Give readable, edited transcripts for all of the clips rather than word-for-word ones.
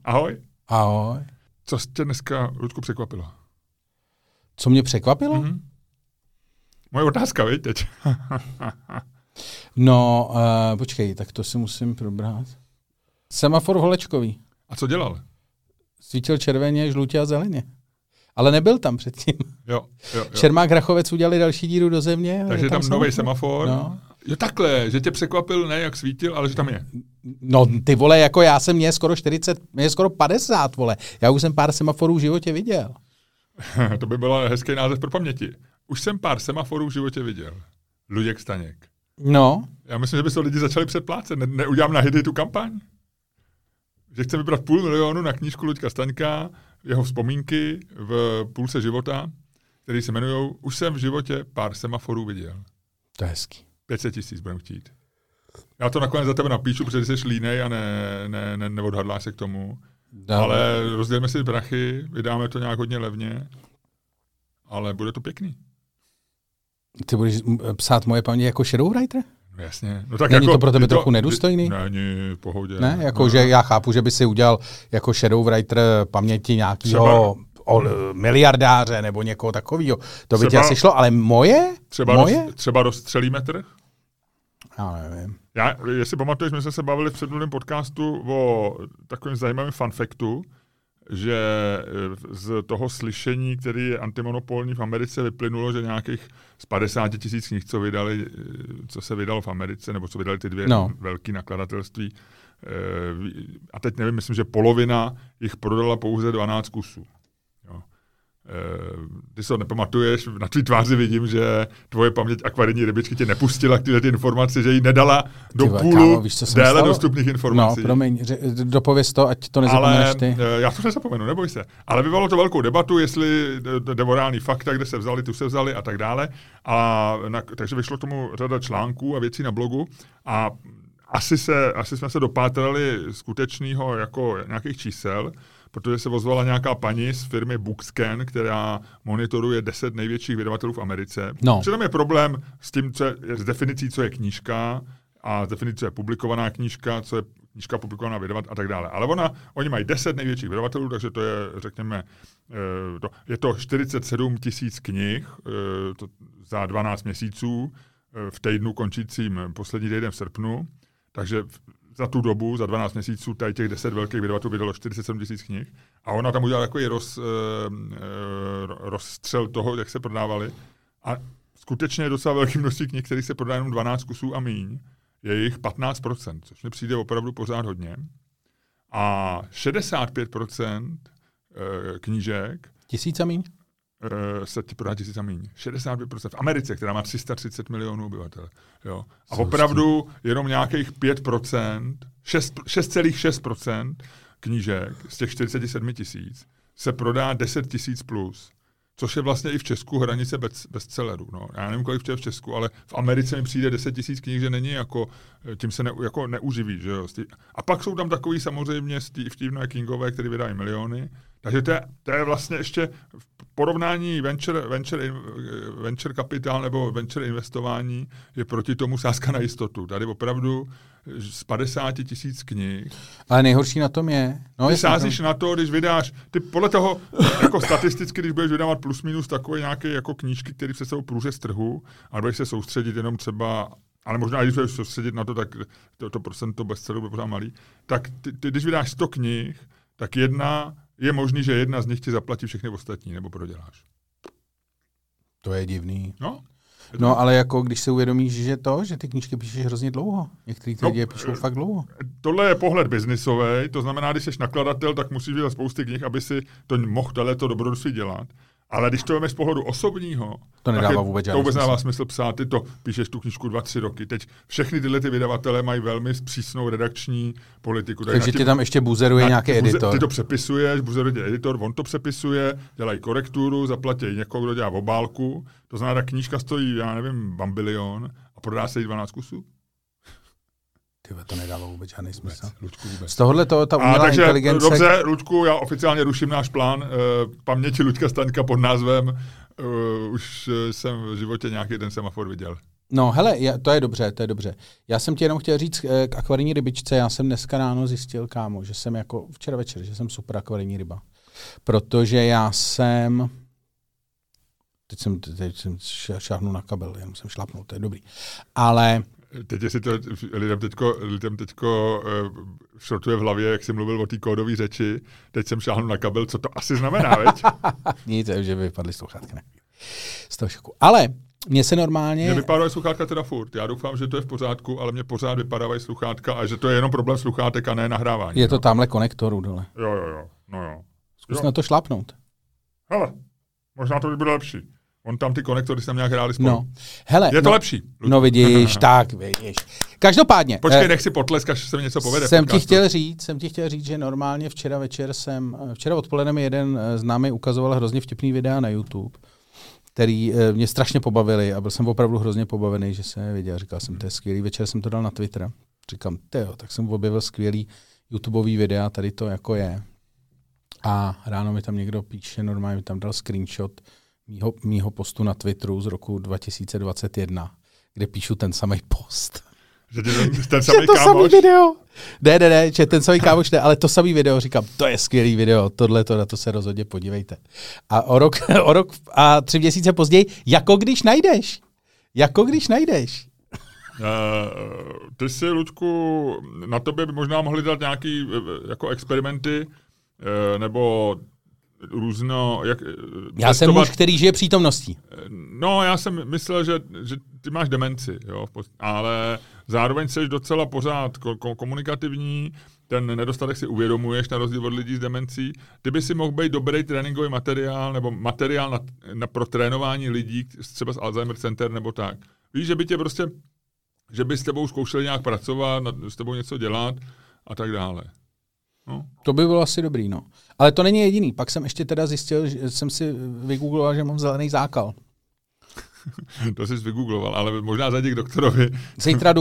Ahoj. Ahoj. Co tě dneska, Ludku, překvapilo? Co mě překvapilo? Mm-hmm. Moje otázka, víš, teď. No, počkej, tak to si musím probrat. Semafor Holečkový. A co dělal? Svítil červeně, žlutě a zeleně. Ale nebyl tam předtím. Jo. Čermák Hrachovec udělali další díru do země. Takže tam nový semafor. No. Jo takhle, že tě překvapil, ne jak svítil, ale že tam je. No ty vole, jako já jsem mě skoro 40, mě skoro 50, vole. Já už jsem pár semaforů v životě viděl. To by byl hezký název pro paměti. Už jsem pár semaforů v životě viděl. Luděk Staněk. No. Já myslím, že by se lidi začali předplácet. Neudělám na Hity tu kampaň? Že chci vybrat 500 000 na knížku Luďka Staňka, jeho vzpomínky v půlce života, který se jmenují Už jsem v životě pár semaforů viděl. To je hezký. 500 000 budeme chtít. Já to nakonec za tebe napíšu, protože jsi línej a neodhadláš se k tomu. Dále. Ale rozdělíme si prachy, vydáme to nějak hodně levně, ale bude to pěkný. Ty budeš psát moje paměť jako shadowwriter? No jasně. No tak není jako, to pro tebe trochu nedůstojný? Není, v pohodě. Ne, jako že já chápu, že by si udělal jako shadowwriter paměti nějakého miliardáře nebo někoho takového. To by ti asi šlo, ale moje? Třeba rozstřelíme trh? Já nevím. Jestli pamatuješ, my jsme se bavili v předminulém podcastu o takovém zajímavém fun factu, že z toho slyšení, který je antimonopolní v Americe, vyplynulo, že nějakých z 50 000 knih, co se vydalo v Americe, nebo co vydali ty dvě velké nakladatelství, a teď nevím, myslím, že polovina jich prodala pouze 12 kusů. Jo. Ty se to nepamatuješ, na tvý tváři vidím, že tvoje paměť akvarijní rybičky tě nepustila k ty informaci, že jí nedala do půlu déle dostupných informací. No, promiň, dopověz to, ať to nezapomeneš ty. Já to nezapomenu, neboj se. Ale vyvolalo to velkou debatu, jestli jde o reální fakta, kde se vzali, tu se vzali a tak dále. Takže vyšlo tomu řada článků a věcí na blogu a asi jsme se dopátrali skutečného jako nějakých čísel, protože se ozvala nějaká paní z firmy Bookscan, která monitoruje 10 největších vydavatelů v Americe. No. Tam je problém s tím, s definicí, co je knížka a s definicí, co je publikovaná knížka, co je knížka publikovaná vydavatel a tak dále. Ale oni mají 10 největších vydavatelů, takže to je, řekněme, je to 47 000 knih za 12 měsíců v týdnu končícím poslední týden v srpnu. Takže za tu dobu, za 12 měsíců, tady těch 10 velkých vydavatelů vydalo 47 000 knih. A ona tam udělala takový rozstřel toho, jak se prodávali. A skutečně je docela velké množství knih, které se prodají jenom 12 kusů a míň. Je jich 15%, což mi přijde opravdu pořád hodně. A 65% knížek 1000 a míň? Se ti prodá 1000 a míň. 65% v Americe, která má 330 milionů obyvatel. Jo. A opravdu jenom nějakých 5%, 6,6% knížek z těch 47 000 se prodá 10 000 plus. Což je vlastně i v Česku hranice bestsellerů. No. Já nevím, kolik je v Česku, ale v Americe mi přijde 10 000 knih, že není jako, tím se jako neuživí. Že jo. A pak jsou tam takový samozřejmě Stephen Kingové, který vydají miliony. Takže to je vlastně ještě v porovnání venture kapitál nebo venture investování je proti tomu sázka na jistotu. Tady opravdu z 50 000 knih. Ale nejhorší na tom je... No, ty sázíš na to, když vydáš... Ty podle toho, jako statisticky, když budeš vydávat plus minus takové nějaké jako knížky, které se jsou průřez trhu, a budeš se soustředit jenom třeba... Ale možná, když budeš soustředit na to, tak to procento bestsellerů bude pořád malý. Tak ty, když vydáš 100 knih, tak je možný, že jedna z nich ti zaplatí všechny ostatní, nebo proděláš. To je divný. No, ale jako když se uvědomíš, že ty knížky píšeš hrozně dlouho. Některý lidi píšou fakt dlouho. Tohle je pohled biznisový, to znamená, když jsi nakladatel, tak musíš dělat spousty knih, aby si to mohl to dobrodružství dělat. Ale když to vemeš z pohledu osobního, to nedává vůbec žádný smysl. Nedává smysl psát, ty to píšeš tu knížku 2-3 roky. Teď všechny tyhle ty vydavatele mají velmi přísnou redakční politiku. Takže ti tam ještě buzeruje nějaký editor. Ty to přepisuješ, buzeruje editor, on to přepisuje, dělají korekturu, zaplatí někoho, kdo dělá obálku. To znamená, ta knížka stojí, já nevím, bambilion a prodá se jí 12 kusů. Tyhle, to nedává vůbec žádný smysl. Luďku, vůbec. Z tohohle ta umělá inteligence... Dobře, Luďku, já oficiálně ruším náš plán paměti Luďka Staňka pod názvem už jsem v životě nějaký ten semafor viděl. No hele, to je dobře. Já jsem ti jenom chtěl říct k akvarijní rybičce, já jsem dneska ráno zjistil, kámo, že jsem jako včera večer, že jsem super akvarijní ryba. Protože já jsem... Teď jsem šáhnul na kabel, jenom jsem šlapnul, to je dobrý. Ale... Teď si to lidem teďko šrotuje v hlavě, jak jsi mluvil o té kódové řeči, teď jsem šáhnul na kabel, co to asi znamená, veď? Nic, že by vypadly sluchátka, ne. Z toho šoku. Ale mně se normálně... Mně vypadávají sluchátka teda furt. Já doufám, že to je v pořádku, ale mě pořád vypadávají sluchátka a že to je jenom problém sluchátek a ne nahrávání. Je to tamhle konektoru dole. Jo. No jo. Zkus na to šlápnout. Hele, možná to by bylo lepší. On tam ty konektory jsem nějak hráli spolu. No. Hele, je to lepší. No vidíš, tak vidíš. Každopádně. Počkej, nech si potlesk, až se mi něco povede. Jsem ti chtěl říct, že normálně včera odpoledne mi jeden známý ukazoval hrozně vtipný videa na YouTube, který mě strašně pobavili a byl jsem opravdu hrozně pobavený, že jsem je viděl. Říkal jsem, to je skvělý. Večer jsem to dal na Twitter. Říkám, tak jsem objevil skvělý YouTubeový videa, tady to jako je. A ráno mi tam někdo píše, normálně mi tam dal screenshot mýho postu na Twitteru z roku 2021, kde píšu ten samý post. Že ten samý to kámoš? Samý video. Ne, že ten samý kámoš ne, ale to samý video, říkám, to je skvělý video, na to se rozhodně podívejte. A o rok a 3 měsíce později, jako když najdeš. Ty si, Luďku, na tobě by možná mohli dát nějaký jako experimenty, nebo různo... Já jsem muž, který žije přítomností. No, já jsem myslel, že ty máš demenci, jo, ale zároveň jsi docela pořád komunikativní, ten nedostatek si uvědomuješ na rozdíl od lidí s demencí. Ty by si mohl být dobrý tréninkový materiál nebo materiál pro trénování lidí, třeba z Alzheimer Center nebo tak. Víš, že by tě prostě, že by s tebou zkoušeli nějak pracovat, s tebou něco dělat a tak dále. No. To by bylo asi dobrý, no. Ale to není jediný. Pak jsem ještě teda zjistil, že jsem si vygoogloval, že mám zelený zákal. To jsi vygoogloval, ale možná zajdi k doktorovi. Zítra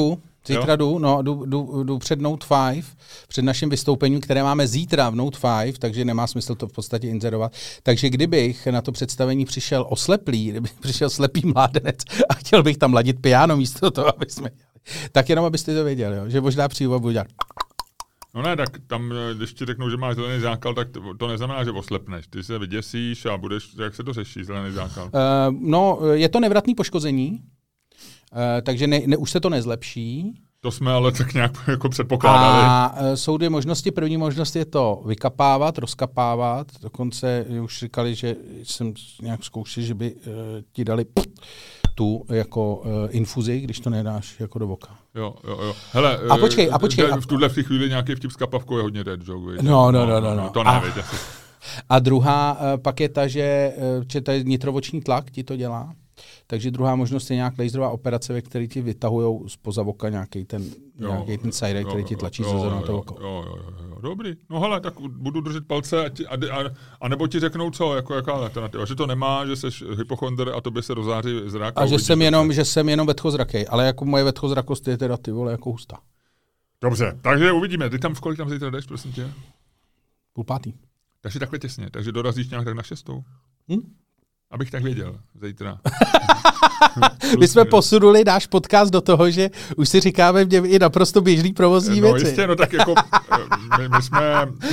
jdu před Note 5, před naším vystoupením, které máme zítra v Note 5, takže nemá smysl to v podstatě inzerovat. Takže kdybych na to představení přišel kdybych přišel slepý mládenec a chtěl bych tam ladit piano místo toho, aby jsme dělali. Tak jenom abyste to věděli, jo? Že možná přijdu a budu dělat. No ne, tak tam, když ti řeknou, že máš zelený zákal, tak to neznamená, že oslepneš. Ty se vyděsíš a budeš, jak se to řeší, zelený zákal? No, je to nevratné poškození, takže už se to nezlepší. To jsme ale tak nějak jako předpokládali. A jsou 2 možnosti. První možnost je to vykapávat, rozkapávat. Dokonce už říkali, že jsem nějak zkoušel, že by ti dali tu jako infuzi, když to nedáš jako do voka. Jo. Hele, a počkej. V tuhle chvíli nějaký vtip s kapavkou je hodně dead joke. No. To nevěď asi. A druhá pak je ta, že tady nitrovoční tlak ti to dělá. Takže druhá možnost je nějak laserová operace, ve které ti vytahujou spoza voka nějaký ten side, který ti tlačí ze na to oko. Jo. Dobrý. No hele, tak budu držet palce a nebo ti řeknou co, jako jaká alternativa. Že to nemá, že jsi hypochondr a tobě se rozáří zrak. A že jsem jenom vetchozrakej, ale jako moje vetchozrakost je teda ty vole jako hustá. Dobře, takže uvidíme. Ty tam v kolik tam zítra jdeš, prosím tě? 5:30. Takže takhle těsně, takže dorazíš nějak tak na 6. Abych tak věděl, zítra. My jsme posunuli náš podcast do toho, že už si říkáme v něm i naprosto běžný provozní věci. No jistě, no tak jako my jsme...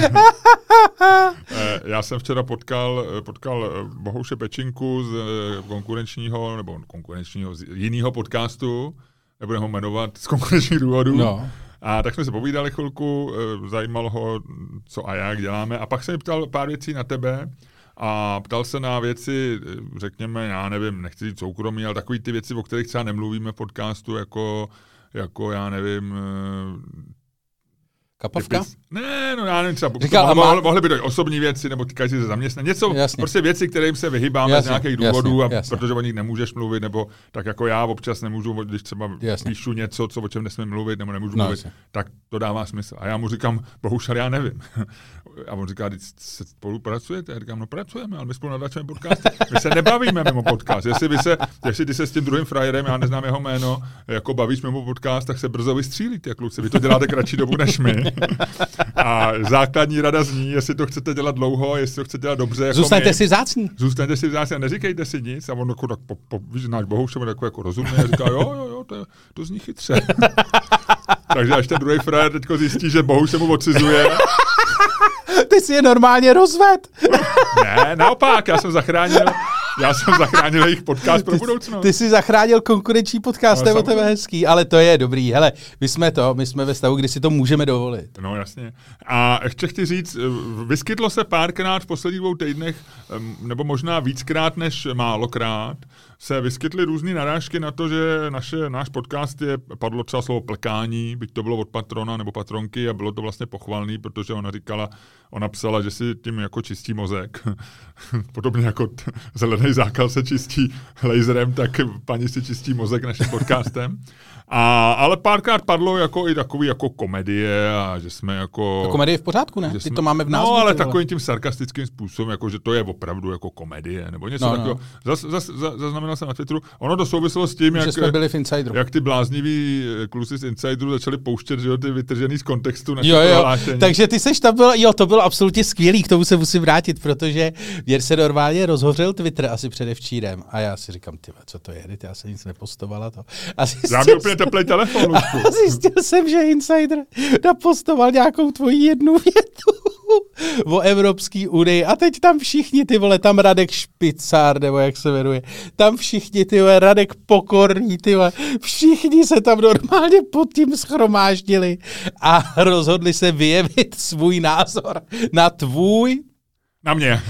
Já jsem včera potkal Bohouše Pečinku z konkurenčního, z jiného podcastu, nebudeme ho jmenovat, z konkurenčních důvodů. No. A tak jsme se povídali chvilku, zajímalo ho, co a jak děláme. A pak jsem mi ptal pár věcí na tebe, a ptal se na věci, řekněme, já nevím, nechci říct soukromí, ale takový ty věci, o kterých třeba nemluvíme v podcastu, jako já nevím... Kapavka? Ne, no já nevím, třeba mohly být osobní věci, nebo týkají se zaměstnání. Něco, prostě věci, kterým se vyhýbáme z nějakých důvodů, protože o nich nemůžeš mluvit, nebo tak jako já občas nemůžu, když třeba píšu něco, o čem nesmím mluvit, nebo nemůžu mluvit, tak to dává smysl. A já mu říkám, bohužel já nevím. A on říká, když se spolupracujete? Já říkám, no pracujeme, ale my spolu natáčíme podcast. My se nebavíme mimo podcast. Jestli ty se s tím druhým frajerem, já neznám jeho jméno, jako bavíš mimo podcast, tak se brzo vystřílíte, kluci. Vy to děláte kratší dobu než my. A základní rada zní, jestli to chcete dělat dlouho, jestli to chcete dělat dobře. Jako Zůstaňte si vzácní. Zůstaňte si vzácní a neříkejte si nic. A on jako tak víš, náš Bohuš jako rozumný a říká, jo, to zní chytře. Takže až ten druhý frajer teďko zjistí, že Bohuš se mu odcizuje. Ty si je normálně rozved. Ne, naopak, já jsem zachránil jejich podcast pro budoucnost. Ty jsi zachránil konkurenční podcast, to je o tebe hezký, ale to je dobrý. Hele, my jsme ve stavu, kdy si to můžeme dovolit. No jasně. A ještě chci říct, vyskytlo se párkrát v posledních 2 týdnech, nebo možná víckrát než málokrát, se vyskytly různý narážky na to, že náš podcast padlo třeba slovo plkání, byť to bylo od patrona nebo patronky a bylo to vlastně pochvalný, protože ona psala, že si tím jako čistí mozek. Podobně jako zelený zákal se čistí laserem, tak paní si čistí mozek naším podcastem. Ale párkrát padlo jako i takový jako komedie a že jsme jako... A komedie je v pořádku, ne? Ty to máme v názvu. No, ale takovým tím sarkastickým způsobem, jako že to je opravdu jako komedie, nebo něco takového. Zaznamenal jsem na Twitteru. Ono to souviselo s tím, jak ty blázniví kluci z Insideru začali pouštět, že ty vytržený z kontextu naše prohlášení. Takže ty seš tam byl, to bylo absolutně skvělý, k tomu se musím vrátit, protože věr se normálně rozhořel Twitter asi předevčírem. A já si říkám, co to je, já jsem nic nepostovala to. Já měl úplně teplej telefon, Lučku. A zjistil jsem, že Insider napostoval nějakou tvoji jednu větu o Evropské unii a teď tam všichni, ty vole, tam Radek Špicár, nebo jak se jmenuje, tam všichni, ty vole, Radek Pokorný, ty vole, všichni se tam normálně pod tím shromáždili a rozhodli se vyjevit svůj názor na tvůj Na mě.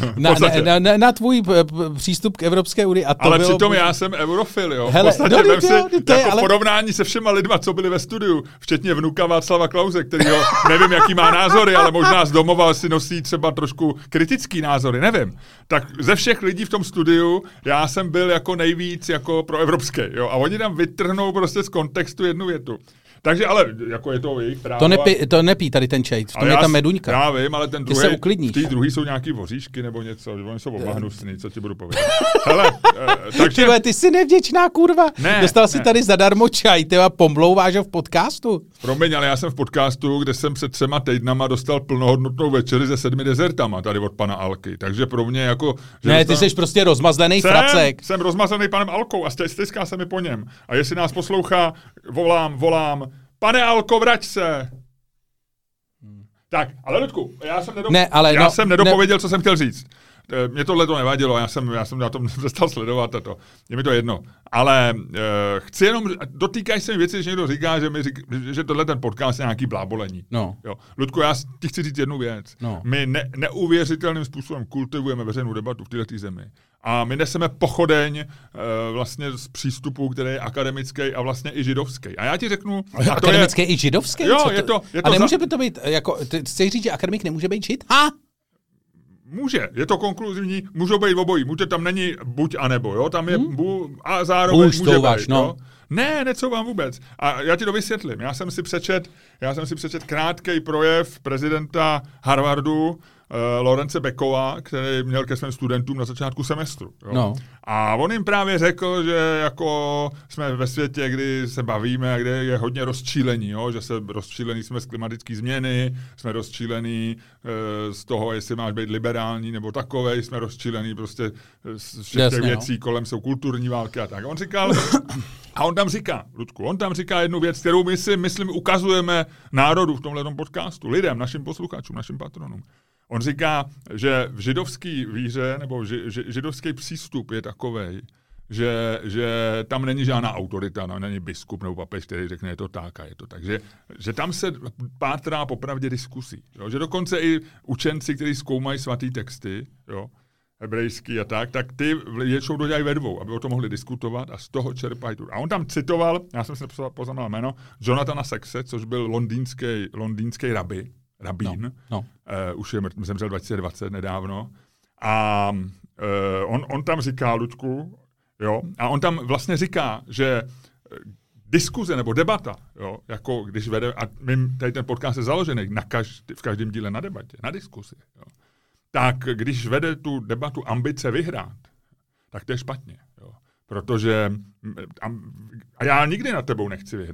Na tvůj přístup k Evropské unii. Ale přitom já jsem eurofil, jo. Hele, v podstatě v porovnání se všema lidma, co byli ve studiu, včetně vnuka Václava Klause, kterýho nevím, jaký má názory, ale možná z domova si nosí třeba trošku kritický názory, nevím. Tak ze všech lidí v tom studiu já jsem byl jako nejvíc jako proevropský, jo. A oni tam vytrhnou prostě z kontextu jednu větu. Takže ale jako je to jejich právo. To nepí tady ten čaj, v tom je ta meduňka. Já vím, ale ten druhý, se uklidníš. Ty druhý jsou nějaký voříšky nebo něco, oni jsou oba hnusný, co ti budu povědět. Hele, takže... Ty jsi nevděčná kurva. Dostal si tady zadarmo čaj, a pomlouváš ho v podcastu. Promiň, ale já jsem v podcastu, kde jsem před 3 týdnama dostal plnohodnotnou večeři se 7 dezertama tady od pana Alky, takže pro mě jako... Ne, ty jsi prostě rozmazlený fracek. Jsem rozmazlený panem Alkou a styská se mi po něm. A jestli nás poslouchá, volám, pane Alko, vrať se! Tak, ale Ludku, já jsem nedopověděl, co jsem chtěl říct. Mě tohle to nevadilo, já jsem na tom přestal sledovat a to. Je mi to jedno. Ale chci jenom, dotýkají se mi věci, že někdo říká, že tohle ten podcast je nějaký blábolení. No. Jo. Ludku, já ti chci říct jednu věc. No. My neuvěřitelným způsobem kultivujeme veřejnou debatu v této zemi. A my neseme pochodeň vlastně z přístupu, který je akademický a vlastně i židovský. A já ti řeknu... Akademický i židovský? Jo, je to a nemůže by to být, jako, ty chceš říct, že akademik nemůže být žid? Může, je to konkluzivní, můžou být obojí, tam není buď a nebo, jo, tam je a zároveň může být, jo. Ne, necouvám vůbec. A já ti to vysvětlím. Já jsem si přečet krátký projev prezidenta Harvardu, Lorence Beckova, který měl ke svým studentům na začátku semestru. Jo? No. A on jim právě řekl, že jako jsme ve světě, kdy se bavíme a kde je hodně rozčílení, jo? Že se rozčílení jsme z klimatické změny, jsme rozčílení z toho, jestli máš být liberální nebo takovej, jsme rozčílení prostě z všech těch věcí, kolem jsou kulturní války a tak. On tam říká, Ludku, jednu věc, kterou my si, myslím, ukazujeme národu v tomhletom podcastu, lidem, našim posluchačům, našim patronům. On říká, že v židovský víře nebo židovský přístup je takovej, že tam není žádná autorita, není biskup nebo papež, který řekne, je to tak a je to tak. Že tam se pátrá popravdě diskusí. Jo? Že dokonce i učenci, kteří zkoumají svatý texty, jo, hebrejský a tak ty většinou to dělají ve dvou, aby o tom mohli diskutovat a z toho čerpají tu. A on tam citoval, já jsem si poznamenal jméno, Jonathana Saxe, což byl londýnský rabín. No. Už je zemřel 2020 nedávno. A on tam říká, Luďku, jo, a on tam vlastně říká, že diskuze nebo debata, jo, jako když vede, a tady ten podcast je založený v každém díle na debatě, na diskuzi, jo, tak když vede tu debatu ambice vyhrát, tak to je špatně. Jo. Protože a já nikdy nad tebou nechci vyhrát.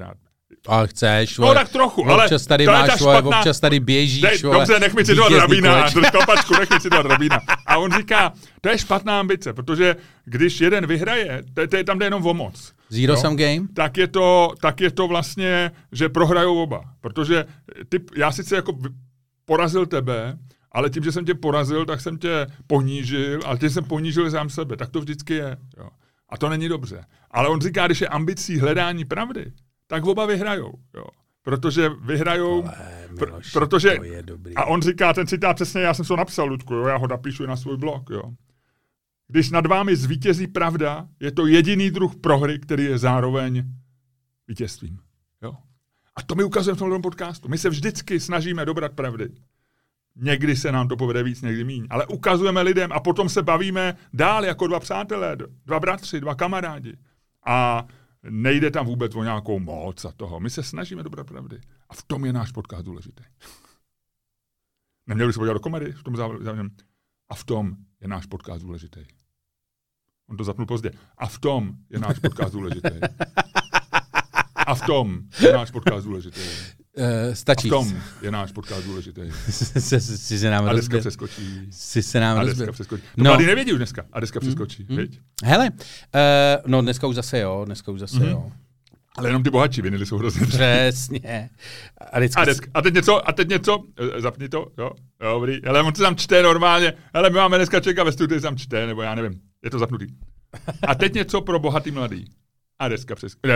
Ale chceš, no tak trochu, ale občas tady to je máš, ta špatná... občas tady běžíš. Dobře, nech mi citovat Rabína, dostal pačku, nech mi citovat Rabína. A on říká, to je špatná ambice, protože když jeden vyhraje, tam jde jenom o moc. Zero sum game? Tak je to vlastně, že prohrajou oba. Protože já sice jako porazil tebe, ale tím, že jsem tě porazil, tak jsem tě ponížil, ale tím jsem ponížil sám sebe. Tak to vždycky je. Jo. A to není dobře. Ale on říká, když je ambicí hledání pravdy, tak oba vyhrajou. Jo. Protože vyhrajou, Miloši, protože, to je dobrý. a on říká, ten citát přesně, já jsem to napsal, Ludku, jo, já ho napíšu na svůj blog. Jo. Když nad vámi zvítězí pravda, je to jediný druh prohry, který je zároveň vítězstvím. Jo. A to mi ukazujeme v tomhle podcastu. My se vždycky snažíme dobrat pravdy. Někdy se nám to povede víc, někdy míň. Ale ukazujeme lidem a potom se bavíme dál jako dva přátelé, dva bratři, dva kamarádi. A nejde tam vůbec o nějakou moc a toho. My se snažíme dobrat pravdy. A v tom je náš podcast důležitý. Neměli by se podívat do komedy v tom závěrem. A v tom je náš podcast důležitý. On to zapnul pozdě. A v tom je náš podcast důležitý. A v tom je náš podcast důležitý. Stačí. A v tom je náš podcast důležitý. Si se nám a deska přeskočí. Si se nám rozbil. To mladý nevědí už dneska. A deska přeskočí. Viď? Hele, no dneska už zase jo. Ale jenom ty bohatší vinily jsou hrozně. Přesně. A teď něco, zapni to, jo, dobrý. Hele, on se tam čte normálně. Hele, my máme dneska člověka ve studiu, se tam čte, nebo já nevím, je to zapnutý. A teď něco pro bohatý mladý. A deska přeskočí.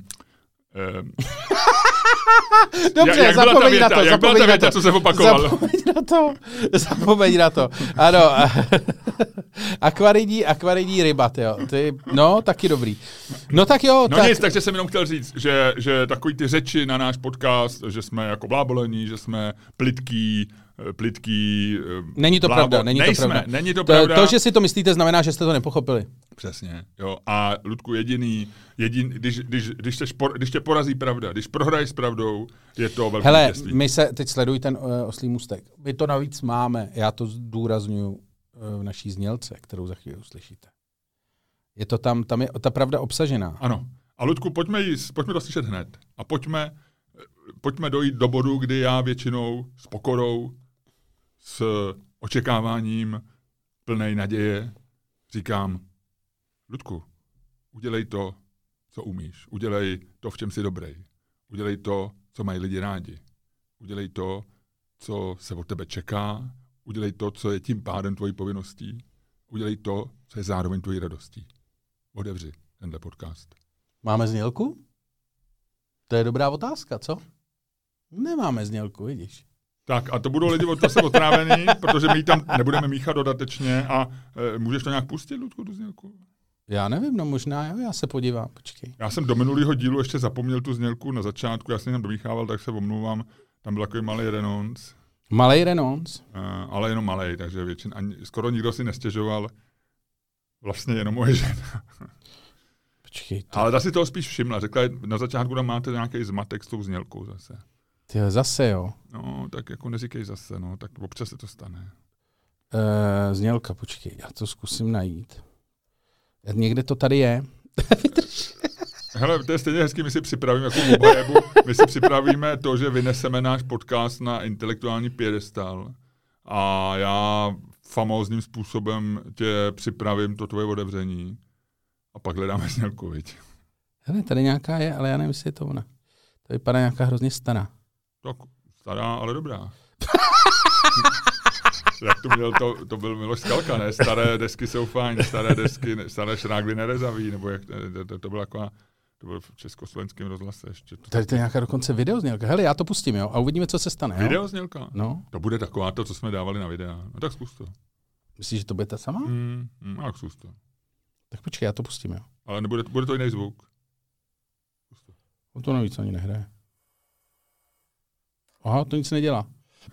Dobře, jak zapomeň na to. Jak byla ta věta, co se opakovalo? Zapomeň na to. Ano. Akvarijní ryba, jo. No, taky dobrý. No tak jo. No tak... nic, takže jsem jenom chtěl říct, že takový ty řeči na náš podcast, že jsme jako blábolení, že jsme plitký. Není to pravda, Není to pravda. To, že si to myslíte, znamená, že jste to nepochopili. Přesně, jo. A Ludku, jediný když tě porazí pravda, když prohraješ s pravdou, je to velké vítězství. My se teď sleduj ten oslí můstek. My to navíc máme, já to zdůraznuju v naší znělce, kterou za chvíli uslyšíte. Je to tam je ta pravda obsažená. Ano. A Ludku, pojďme to slyšet hned. A pojďme dojít do bodu, kdy já většinou s pokorou, s očekáváním plnej naděje říkám, Ludku, udělej to, co umíš. Udělej to, v čem jsi dobrý. Udělej to, co mají lidi rádi. Udělej to, co se od tebe čeká. Udělej to, co je tím pádem tvojí povinností. Udělej to, co je zároveň tvojí radostí. Otevři tenhle podcast. Máme znělku? To je dobrá otázka, co? Nemáme znělku, vidíš. Tak a to budou lidi zase otrávení, protože my ji tam nebudeme míchat dodatečně a můžeš to nějak pustit, Ludku, tu znělku? Já nevím, no možná, jo, já se podívám, počkej. Já jsem do minulého dílu ještě zapomněl tu znělku na začátku, já jsem tam domíchával, tak se omlouvám, tam byl takový malý renonc. Malej renonc? Ale jenom malej, takže skoro nikdo si nestěžoval, vlastně jenom moje žena. Počkej. Ale ta si toho spíš všimla, řekla, na začátku tam máte nějaký zmatek s tou znělkou zase. Tyjo, zase jo. No, tak jako neříkej zase, no, tak občas se to stane. Znělka, počkej, já to zkusím najít. Někde to tady je. Hele, to je stejně hezky, my si připravíme jako obhajebu, my si připravíme to, že vyneseme náš podcast na intelektuální piedestal a já famózním způsobem tě připravím to tvoje otevření a pak hledáme znělku, viď. Hele, tady nějaká je, ale já nevím, jestli je to ona. To vypadá nějaká hrozně stará. Tak stará, ale dobrá. Jak to měl, to byl Miloš Skalka, ne? Staré desky jsou fajn, staré šrágly nerezaví, nebo jak to byla taková, to byl v československém rozhlase ještě. Tady to je nějaká dokonce videoznělka. Hele, já to pustím, jo, a uvidíme, co se stane. Videoznělka? No. To bude taková to, co jsme dávali na videa. No tak zkus to. Myslíš, že to bude ta sama? Tak zkus to. Tak počkej, já to pustím, jo. Ale bude to jiný zvuk. On to navíc ani nehraje. Aha, to nic nedělá.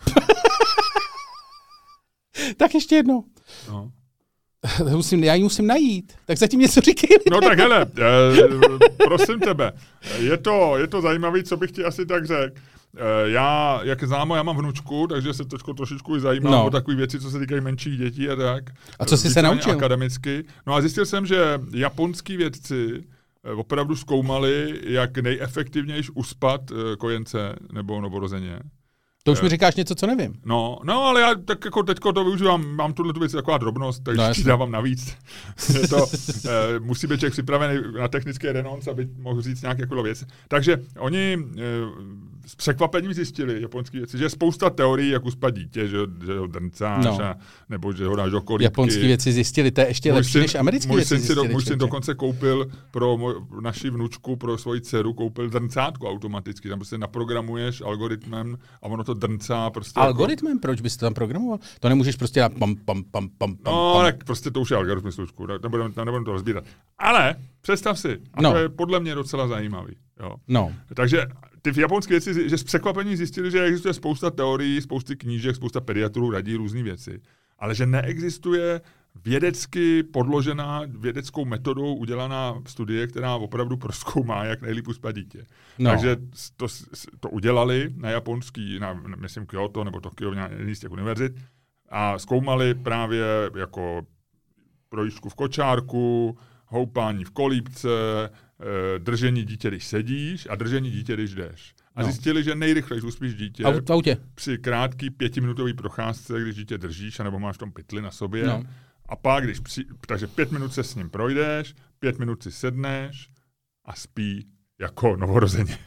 Tak ještě jednou. No. Já ji musím najít. Tak zatím něco říkej. No tak hele, prosím tebe, je to zajímavé, co bych ti asi tak řekl. Já, jak známo, já mám vnučku, takže se trošičku i zajímám o takové věci, co se týkají menších dětí a tak. A co jsi se naučil? Akademicky. No a zjistil jsem, že japonský vědci opravdu zkoumali, jak nejefektivnější uspat kojence nebo novorozeně. To už mi říkáš něco, co nevím. No, ale já tak jako teďko to využívám, mám tuhle tu věc taková drobnost, takže ti dávám navíc. Musí být člověk připravený na technický renonc, aby mohl říct nějaké jako věc. Takže oni s překvapením zjistili, japonský věci, že je spousta teorií, jak uspat dítě, že ho drncáš, nebo že ho dáš do kolíbky. Japonský věci zjistili, to je ještě lepší než americký věci zjistili. Můj syn dokonce koupil pro naši vnučku, pro svoji dceru, koupil drncátko automaticky. Tam prostě naprogramuješ algoritmem a ono to drncá prostě. Algoritmem? Jako... Proč bys to tam programoval? To nemůžeš prostě dát pam. Tak prostě to už je algoritmus, slučku, nebudeme to rozbírat. Ale představ si, a to je podle mě docela zajímavý. Jo. No. Takže ty v japonské věci, že s překvapením zjistili, že existuje spousta teorií, spousty knížek, spousta pediatrů radí různé věci, ale že neexistuje vědecky podložená, vědeckou metodou udělaná studie, která opravdu prozkoumá, jak nejlíp uspat dítě. No. Takže to udělali na japonský, myslím Kyoto nebo Tokio, v z těch univerzit, a zkoumali právě jako projížďku v kočárku, houpání v kolíbce, držení dítě, když sedíš a držení dítě, když jdeš. A zjistili, že nejrychleji uspíš dítě při krátký 5minutový procházce, když dítě držíš, anebo máš v tom pytli na sobě. No. A pak, takže 5 minut se s ním projdeš, 5 minut si sedneš a spí jako novorozeně.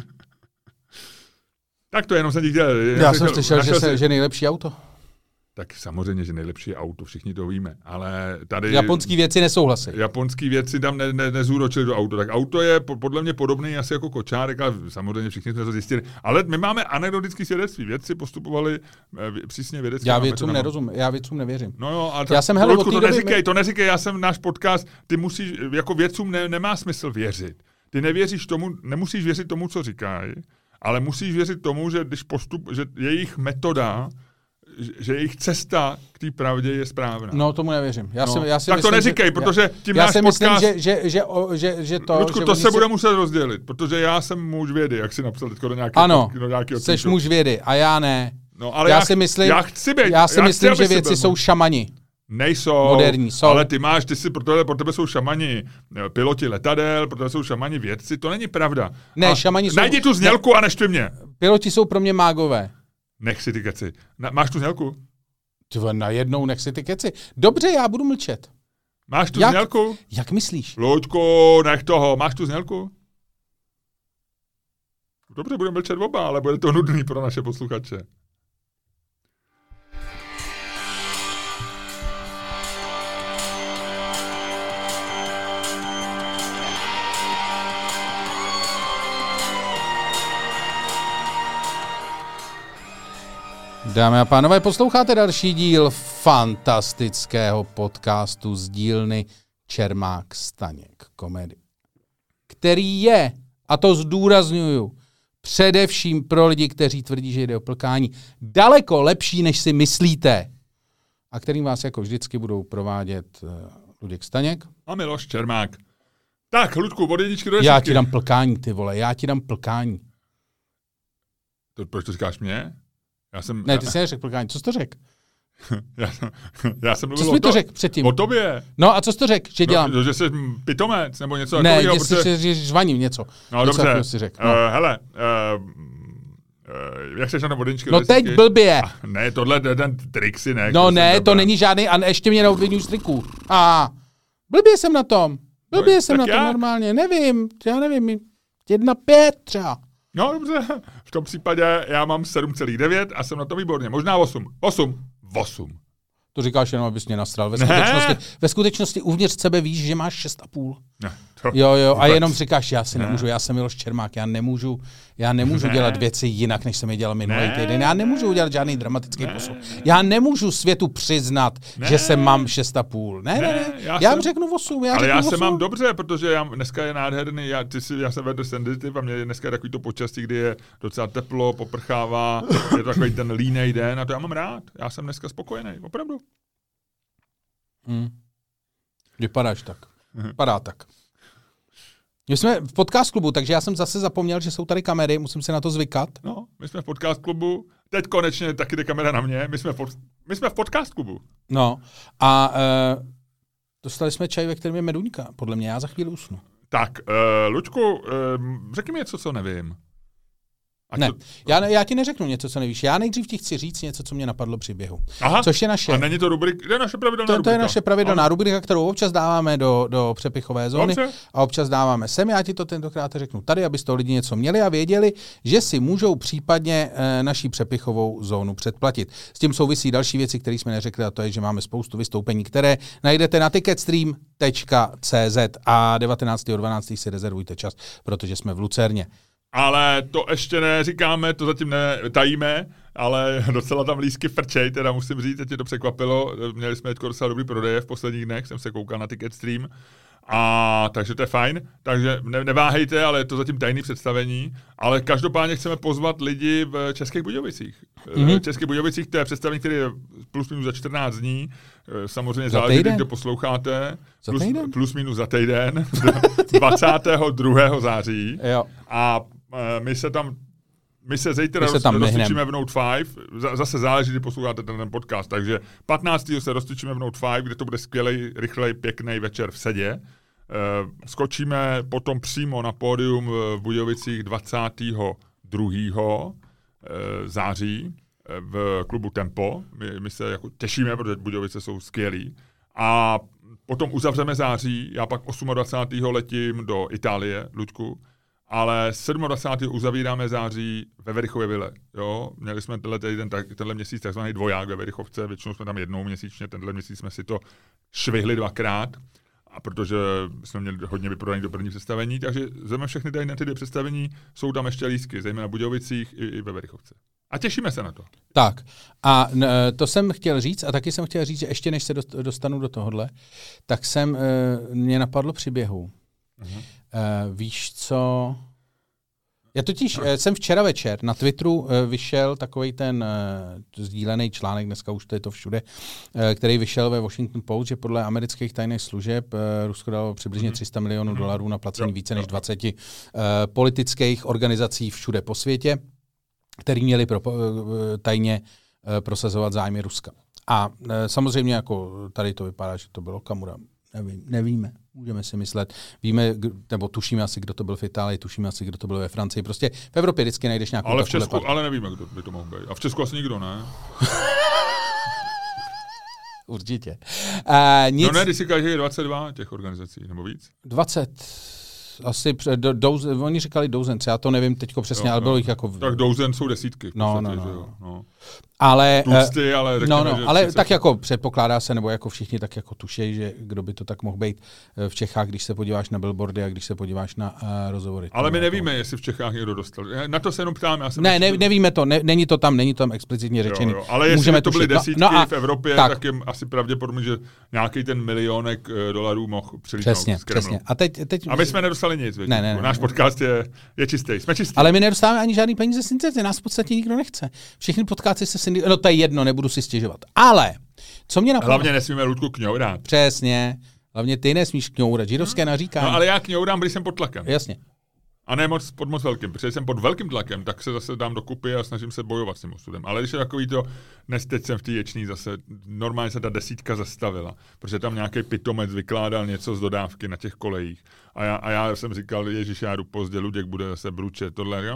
Tak to jenom jsem ti chtěl. Já jsem slyšel, že nejlepší auto. Tak samozřejmě, že nejlepší je auto, všichni to víme, ale tady... Japonský věci nesouhlasí. Japonský věci tam nezúročili do auto. Tak auto je podle mě podobný asi jako kočárek, ale samozřejmě všichni jsme to zjistili. Ale my máme anekdotické svědectví. Vědci postupovali přísně vědecky. Já vědcům nerozumím, já vědcům nevěřím. No jo, ale já jsem to neříkej, já jsem náš podcast, ty musíš, jako vědcům nemá smysl věřit. Ty nemusíš věřit tomu, co říkají, ale musíš věřit tomu, že že jejich metoda, že jejich cesta k té pravdě je správná. No, tomu nevěřím. Já si tak myslím, to neříkej, protože tím náš podcast... že to... Ludku, to se bude muset rozdělit, protože já jsem muž vědy, jak jsi napsal teďko do nějakého... Ano, jsi muž vědy a já ne. No, ale já si myslím, že věci jsou šamani. Nejsou, moderní, jsou. Ale pro tebe jsou šamani piloti letadel, pro tebe jsou šamani vědci, to není pravda. Ne, šamani jsou... Najdi tu znělku a neštvi mě. Piloti jsou pro mě mágové. Nech si ty keci. Máš tu znělku? Najednou nech si ty keci. Dobře, já budu mlčet. Máš tu znělku? Jak myslíš? Luďku, nech toho. Máš tu znělku? Dobře, budeme mlčet oba, ale bude to nudný pro naše posluchače. Dámy a pánové, posloucháte další díl fantastického podcastu z dílny Čermák Staněk Komedy, který je, a to zdůrazňuju, především pro lidi, kteří tvrdí, že jde o plkání, daleko lepší, než si myslíte, a kterým vás jako vždycky budou provádět Luděk Staněk a Miloš Čermák. Tak, Ludku, od 1 do 10. Já ti dám plkání, ty vole, já ti dám plkání. Proč to říkáš mě? Ty jsi neřekl plkání, co jsi to řekl? já jsem mluvil co jsi mi to řekl předtím? O tobě. No a co jsi to řekl, že dělám? No, že jsi pitomec, nebo něco takového. Ne, že žvaním něco. No něco dobře, si řekl. No. Hele, jak seš na vodeničky? No teď blbě. Ne, tohle ten trik si ne. No ne, to není žádný, a ještě mě neobvinuj z triků. Blbě jsem na tom. Blbě jsem na tom normálně, nevím, já nevím, 1,5 třeba. No dobře, v tom případě já mám 7,9 a jsem na to výborně. Možná 8. 8. To říkáš jenom, abys mě nasral. Ve skutečnosti uvnitř sebe víš, že máš 6,5. Jo, a jenom říkáš, já jsem Miloš Čermák, já nemůžu dělat věci jinak, než jsem je dělal minulý týden. Já nemůžu udělat žádný dramatický posun. Já nemůžu světu přiznat, že jsem mám 6,5. Ne, já vám řeknu 8. Ale já se mám dobře, protože dneska je nádherný, já jsem vedl sensitiv a mě dneska je takový to počasí, kdy je docela teplo, poprchává, je to takový ten línej den a to já mám rád. Já jsem dneska spokojený, opravdu. Vypadáš tak. Vypadá tak. My jsme v podcast klubu, takže já jsem zase zapomněl, že jsou tady kamery, musím se na to zvykat. No, my jsme v podcast klubu, teď konečně taky jde kamera na mě, my jsme v podcast klubu. No a dostali jsme čaj, ve kterém je meduňka, podle mě, já za chvíli usnu. Tak, Luďku, řekni mi něco, co nevím. Ne, já ti neřeknu něco, co nevíš. Já nejdřív ti chci říct něco, co mě napadlo při běhu. Aha, což je naše... A není to rubrika? To je naše pravidelná rubrika. To je naše pravidelná rubrika, kterou občas dáváme do přepichové zóny. Dobře. A občas dáváme sem. Já ti to tentokrát řeknu tady, aby z toho lidi něco měli a věděli, že si můžou případně naší přepichovou zónu předplatit. S tím souvisí další věci, které jsme neřekli, a to je, že máme spoustu vystoupení, které najdete na ticketstream.cz a 19.12. si rezervujte čas, protože jsme v Lucerně. Ale to ještě neříkáme, to zatím netajíme, ale docela tam lístky frčej, teda musím říct, že tě to překvapilo. Měli jsme teď docela dobrý prodeje v posledních dnech, jsem se koukal na Ticketstream. A takže to je fajn, takže neváhejte, ale je to zatím tajný představení, ale každopádně chceme pozvat lidi v Českých Budějovicích. V Českých Budějovicích to je představení, které je plus minus za 14 dní, samozřejmě záleží, kdo posloucháte, plus minus za týden, 22. září. Jo. A my se zítra rozcvičíme v Note 5, zase záleží, kdy posloucháte ten podcast, takže 15. se rozcvičíme v Note 5, kde to bude skvělej, rychlej, pěkný večer v sedě. Skočíme potom přímo na pódium v Budějovicích 22. září v klubu Tempo. My se jako těšíme, protože Budějovice jsou skvělí. A potom uzavřeme září, já pak 28. letím do Itálie, Luďku, ale 27. uzavíráme září ve Verichově vile. Jo? Měli jsme tenhle měsíc takzvaný dvoják ve Verichovce, většinou jsme tam jednou měsíčně, tenhle měsíc jsme si to švihli 2krát, a protože jsme měli hodně vyprodaný do první představení, takže zeme všechny tady na ty 2 představení, jsou tam ještě lístky, zejména v Budějovicích i ve Verichovce. A těšíme se na to. Tak a to jsem chtěl říct a taky jsem chtěl říct, že ještě než se dostanu do tohohle, tak mě napadlo při běhu. Víš co? Já totiž jsem včera večer na Twitteru vyšel takovej ten sdílený článek, dneska už to je to všude, který vyšel ve Washington Post, že podle amerických tajných služeb Rusko dalo přibližně $300 milionů na placení více než 20 politických organizací všude po světě, který měli tajně prosazovat zájmy Ruska. A samozřejmě jako tady to vypadá, že to bylo Okamura. Nevíme. Můžeme si myslet. Víme, nebo tušíme asi, kdo to byl v Itálii, tušíme asi, kdo to byl ve Francii. Prostě v Evropě vždycky najdeš nějakou ale v Česku, ale nevíme, kdo by to mohl být. A v Česku asi nikdo, ne? Určitě. No ne, když si říkáš, že je 22 těch organizací, nebo víc? 20. Asi, oni říkali dozen, já to nevím teďko přesně, ale bylo jich jako... Tak dozen jsou desítky. No. Ale, Tusty, ale řekněme, ale tak jako předpokládá se, nebo jako všichni tak jako tušejí, že kdo by to tak mohl být v Čechách, když se podíváš na billboardy a když se podíváš na rozhovory. Ale my nevíme, jestli v Čechách někdo dostal. Na to se jenom ptám. Nevíme to, není to tam explicitně řečený. Jo. Ale jestli to byly desítky v Evropě, tak je asi pravděpodobně, že nějaký ten milionek dolarů mohl přilítnout z Kremlu. Přesně. A my jsme nedostali nic. Náš podcast je čistý. Jsme čistí. Ale my nedostáváme ani žádný peníze z internetu, nás v podstatě nikdo nechce. Všechny podcasty se no to je jedno, nebudu si stěžovat. Ale, co mě napadlo... Hlavně nesmíme, Ludku, kňourat. Přesně. Hlavně ty nesmíš kňourat. Židovské naříkání. No ale já kňourám, když jsem pod tlakem. Jasně. A ne pod moc velkým. Protože jsem pod velkým tlakem, tak se zase dám dokupy a snažím se bojovat s tím osudem. Ale když je takový to, dnes teď jsem v té Ječný zase, normálně se ta 10 zastavila, protože tam nějaký pitomec vykládal něco z dodávky na těch kolejích. A já jsem říkal, ježiš, já jdu pozdě, Luděk bude zase bručet, tohle.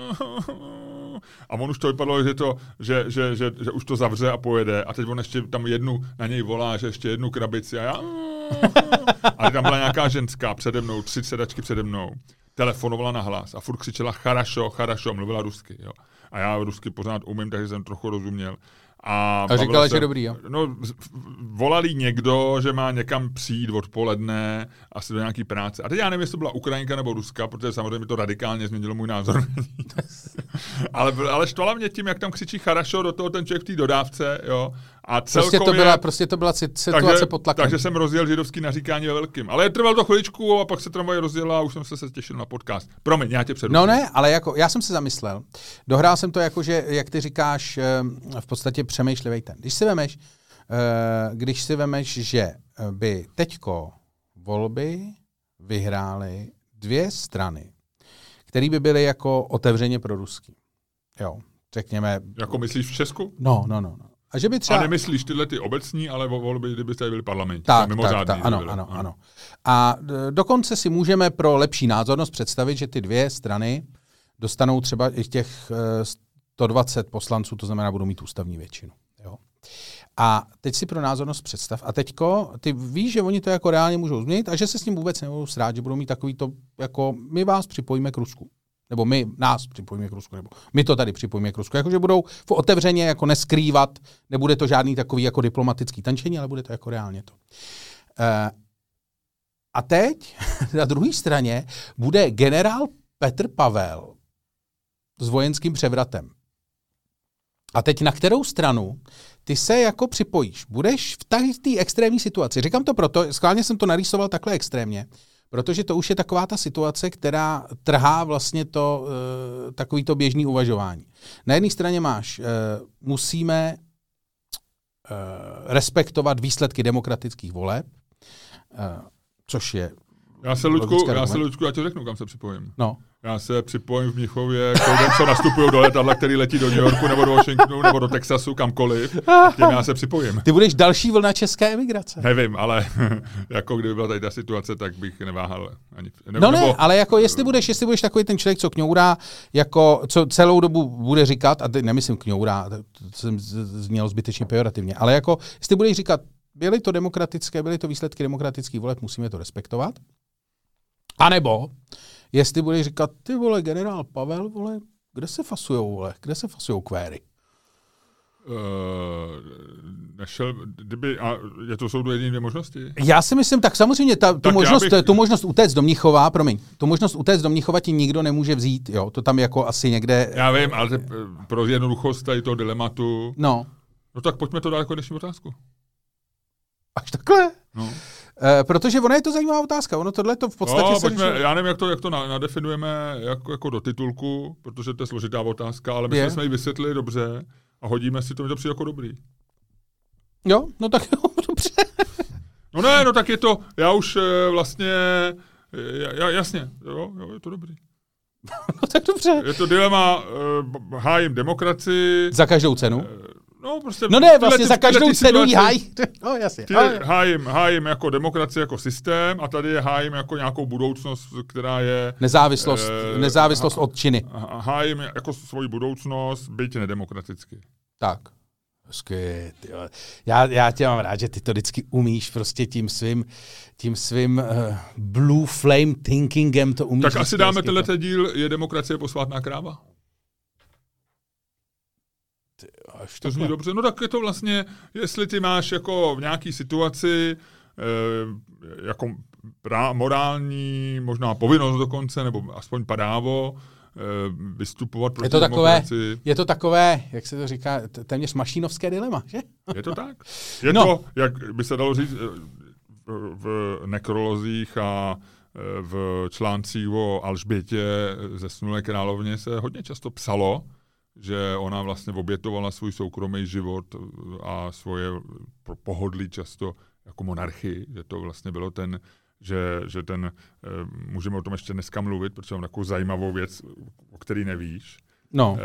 A on už to vypadalo, že už to zavře a pojede. A teď on ještě tam na něj volá, že ještě jednu krabici. A já... Ale tam byla nějaká ženská přede mnou, 3 sedačky přede mnou. Telefonovala na hlas a furt křičela charašo, mluvila rusky. Jo. A já rusky pořád umím, takže jsem trochu rozuměl. A říkala, že dobrý, jo? No, volali někdo, že má někam přijít odpoledne, asi do nějaký práce. A teď já nevím, jestli to byla Ukrajinka nebo Ruska, protože samozřejmě to radikálně změnilo můj názor. ale štvala mě tím, jak tam křičí charašo do toho ten člověk v té dodávce, jo. A celkově, prostě to byla situace pod tlakem. Takže jsem rozjel židovský naříkání ve velkým. Ale trvalo to chviličku a pak se tramvaj rozjela a už jsem se těšil na podcast. Promiň, já tě přeruším. No ne, ale jako, já jsem se zamyslel. Dohrál jsem to jako, že, jak ty říkáš, v podstatě přemýšlivej ten. Když si vemeš, že by teďko volby vyhrály 2 strany, které by byly jako otevřeně proruský. Jo, řekněme. Jako myslíš v Česku? No. A že by třeba... A nemyslíš tyhle ty obecní, ale volby, kdyby tady byly parlamentní. Tak, ano. A dokonce si můžeme pro lepší názornost představit, že ty dvě strany dostanou třeba i těch 120 poslanců, to znamená, budou mít ústavní většinu. Jo? A teď si pro názornost představ. A teďko, ty víš, že oni to jako reálně můžou změnit a že se s tím vůbec nebudou srát, že budou mít takový to, jako my vás připojíme k Rusku. Nebo my nás připojíme k Rusku, nebo my to tady připojíme k Rusku. Jakože budou otevřeně jako neskrývat, nebude to žádný takový jako diplomatický tančení, ale bude to jako reálně to. A teď na druhé straně bude generál Petr Pavel s vojenským převratem. A teď na kterou stranu ty se jako připojíš? Budeš v té extrémní situaci. Říkám to proto, schválně jsem to narýsoval takhle extrémně, protože to už je taková ta situace, která trhá vlastně to takový to běžný uvažování. Na jedné straně máš, musíme respektovat výsledky demokratických voleb, což je... Já se, Luďku, já ti řeknu, kam se připojím. No. Já se připojím v Mnichově k lidem, co nastupují do letadla, který letí do New Yorku, nebo do Washingtonu, nebo do Texasu, kamkoliv. K těm já se připojím. Ty budeš další vlna české emigrace. Nevím, ale jako kdyby byla tady ta situace, tak bych neváhal ani. Ale jako jestli budeš takový ten člověk, co kňourá, jako co celou dobu bude říkat, a nemyslím kňourá, to jsem zněl zbytečně pejorativně, ale jako jestli budeš říkat, byly to demokratické, byly to výsledky demokratických voleb, musíme to respektovat. A nebo jestli budeš říkat, ty vole, generál Pavel, vole, kde se fasujou, vole, kde se fasujou kvéry? Jsou to jediné dvě možnosti? Já si myslím, tak samozřejmě tu možnost utéct do Mnichova, tu možnost utéct do Mnichova ti nikdo nemůže vzít, jo, to tam jako asi někde... Já vím, ale pro jednoduchost tady toho dilematu... No tak pojďme to dát jako dnešní otázku. Až takhle? No. Protože ona je to zajímavá otázka. Ono tohle to v podstatě já nevím, jak to nadefinujeme jako do titulku, protože to je složitá otázka, ale my jsme ji vysvětlili dobře a hodíme si to, mi to přijde jako dobrý. Jo, no tak jo, dobře. Tak je to, já už vlastně, jasně, jo, je to dobrý. No tak dobře. Je to dilema, hájím demokracii. Za každou cenu? Prostě vlastně za každou cenu jí hájí. No, jasně. Hájím jako demokracii, jako systém a tady je hájím jako nějakou budoucnost, která je... Nezávislost od činy. Hájím jako svoji budoucnost, byť nedemokraticky. Tak. Hezky, já tě mám rád, že ty to vždycky umíš prostě tím svým blue flame thinkingem to umíš. Tak asi dáme tenhle díl, je demokracie posvátná kráva? To zní dobře. Tak je to vlastně, jestli ty máš jako v nějaký situaci jako morální, možná povinnost dokonce, nebo aspoň právo vystupovat proti demokracii. Je to takové, jak se to říká, téměř mašínovské dilema, že? Je to tak. Je to, jak by se dalo říct, v nekrolozích a v článcích o Alžbětě zesnulé královně se hodně často psalo, že ona vlastně obětovala svůj soukromý život a svoje pohodlí často jako monarchii, že to vlastně bylo že můžeme o tom ještě dneska mluvit, protože mám takovou zajímavou věc, o který nevíš. No.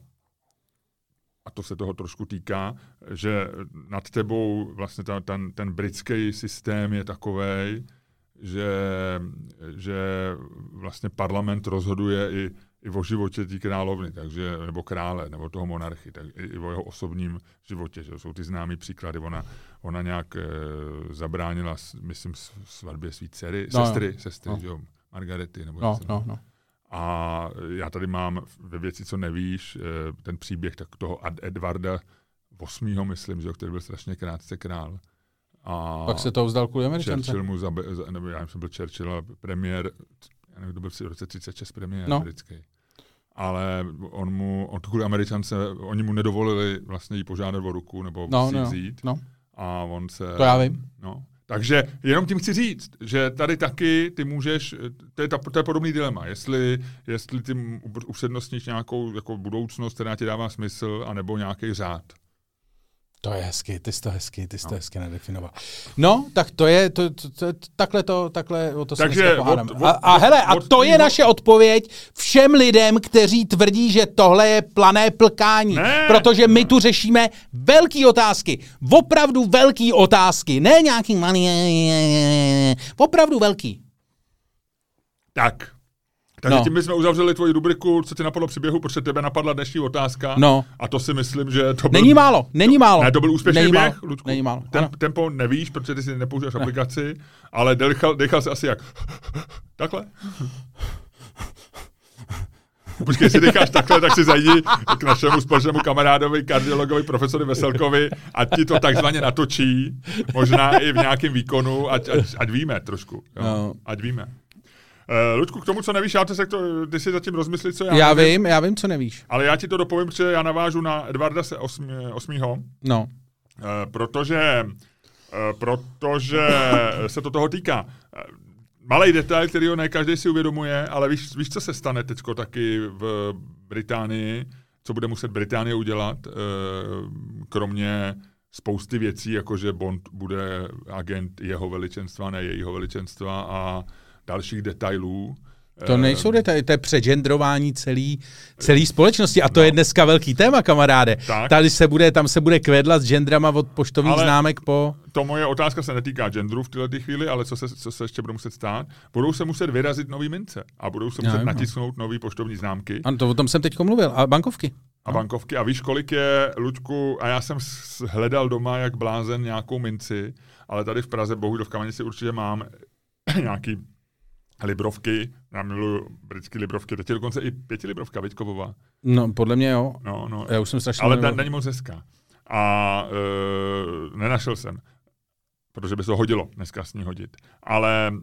A to se toho trošku týká, že nad tebou vlastně ten britský systém je takovej, že vlastně parlament rozhoduje i o životě té královny, takže, nebo krále, nebo toho monarchy, tak i o jeho osobním životě. Že jsou ty známý příklady. Ona nějak zabránila, myslím, svatbě svý dcery, sestry, že jo, Margarety. Nebo A já tady mám ve věci, co nevíš, ten příběh tak toho Edvarda VIII, myslím, že jo, který byl strašně krátce král. A pak se to vzdal kvůli Američance. Já jsem byl Churchill, ale premiér, já nevím, kdo byl v roce 36 premiér britský. Ale on kvůli Američance, oni mu nedovolili vlastně jí požádat o ruku, nebo vzít. A on se... To já vím. Takže jenom tím chci říct, že tady taky ty můžeš, to je podobný dilema, jestli ty upřednostníš nějakou jako budoucnost, která ti dává smysl, anebo nějaký řád. To je hezky, ty jsi to hezky nadefinoval. No, tak to je, takhle o to se dneska pohádám. A to je naše odpověď všem lidem, kteří tvrdí, že tohle je plané plkání. Ne. Protože my tu řešíme velký otázky. Opravdu velký otázky. Ne nějaký malý, opravdu velký. Takže tím bychom uzavřeli tvoji rubriku, co ti napadlo příběhu, protože tebe napadla dnešní otázka. No. A to si myslím, že to byl... Není málo. Ne, to byl úspěšný běh, Luďku. Není málo. Tempo nevíš, protože ty si nepoužíváš aplikaci, ale dechal se asi jak... Takhle? Počkej, jestli decháš takhle, tak si zajdi k našemu společnému kamarádovi, kardiologovi, profesoru Veselkovi, ať ti to takzvaně natočí, možná i v nějakém výkonu, ať víme trošku. Jo? No. Ať víme. Luďku, k tomu, co nevíš, ty si zatím rozmyslit, co já vím, co nevíš. Ale já ti to dopovím, protože já navážu na Edvarda 8. No. Protože se to toho týká. Malej detail, kterýho ne každý si uvědomuje, ale víš, co se stane teďko taky v Británii, co bude muset Británie udělat, kromě spousty věcí, jako že Bond bude agent jeho veličenstva, ne jejího veličenstva a dalších detailů. To nejsou detaily, to je předgendrování celé společnosti a to je dneska velký téma, kamaráde. Tam se bude kvédlat s gendrama od poštovních známek po... To moje otázka se netýká genderu v této chvíli, ale co se ještě bude muset stát. Budou se muset vyrazit nový mince a budou se muset natisknout nový poštovní známky. Ano, to o tom jsem teď mluvil. A bankovky. A bankovky. A víš, kolik je, Luďku, a já jsem hledal doma jak blázen nějakou minci, ale tady v Praze, bohužel v Kamenici určitě mám nějaký librovky, já miluju britský librovky, teď je dokonce i 5 librovka, viď, kovová. No, podle mě jo. No. Já už jsem strašně... Ale není moc hezká. A nenašel jsem, protože by se to hodilo dneska s ní hodit. Ale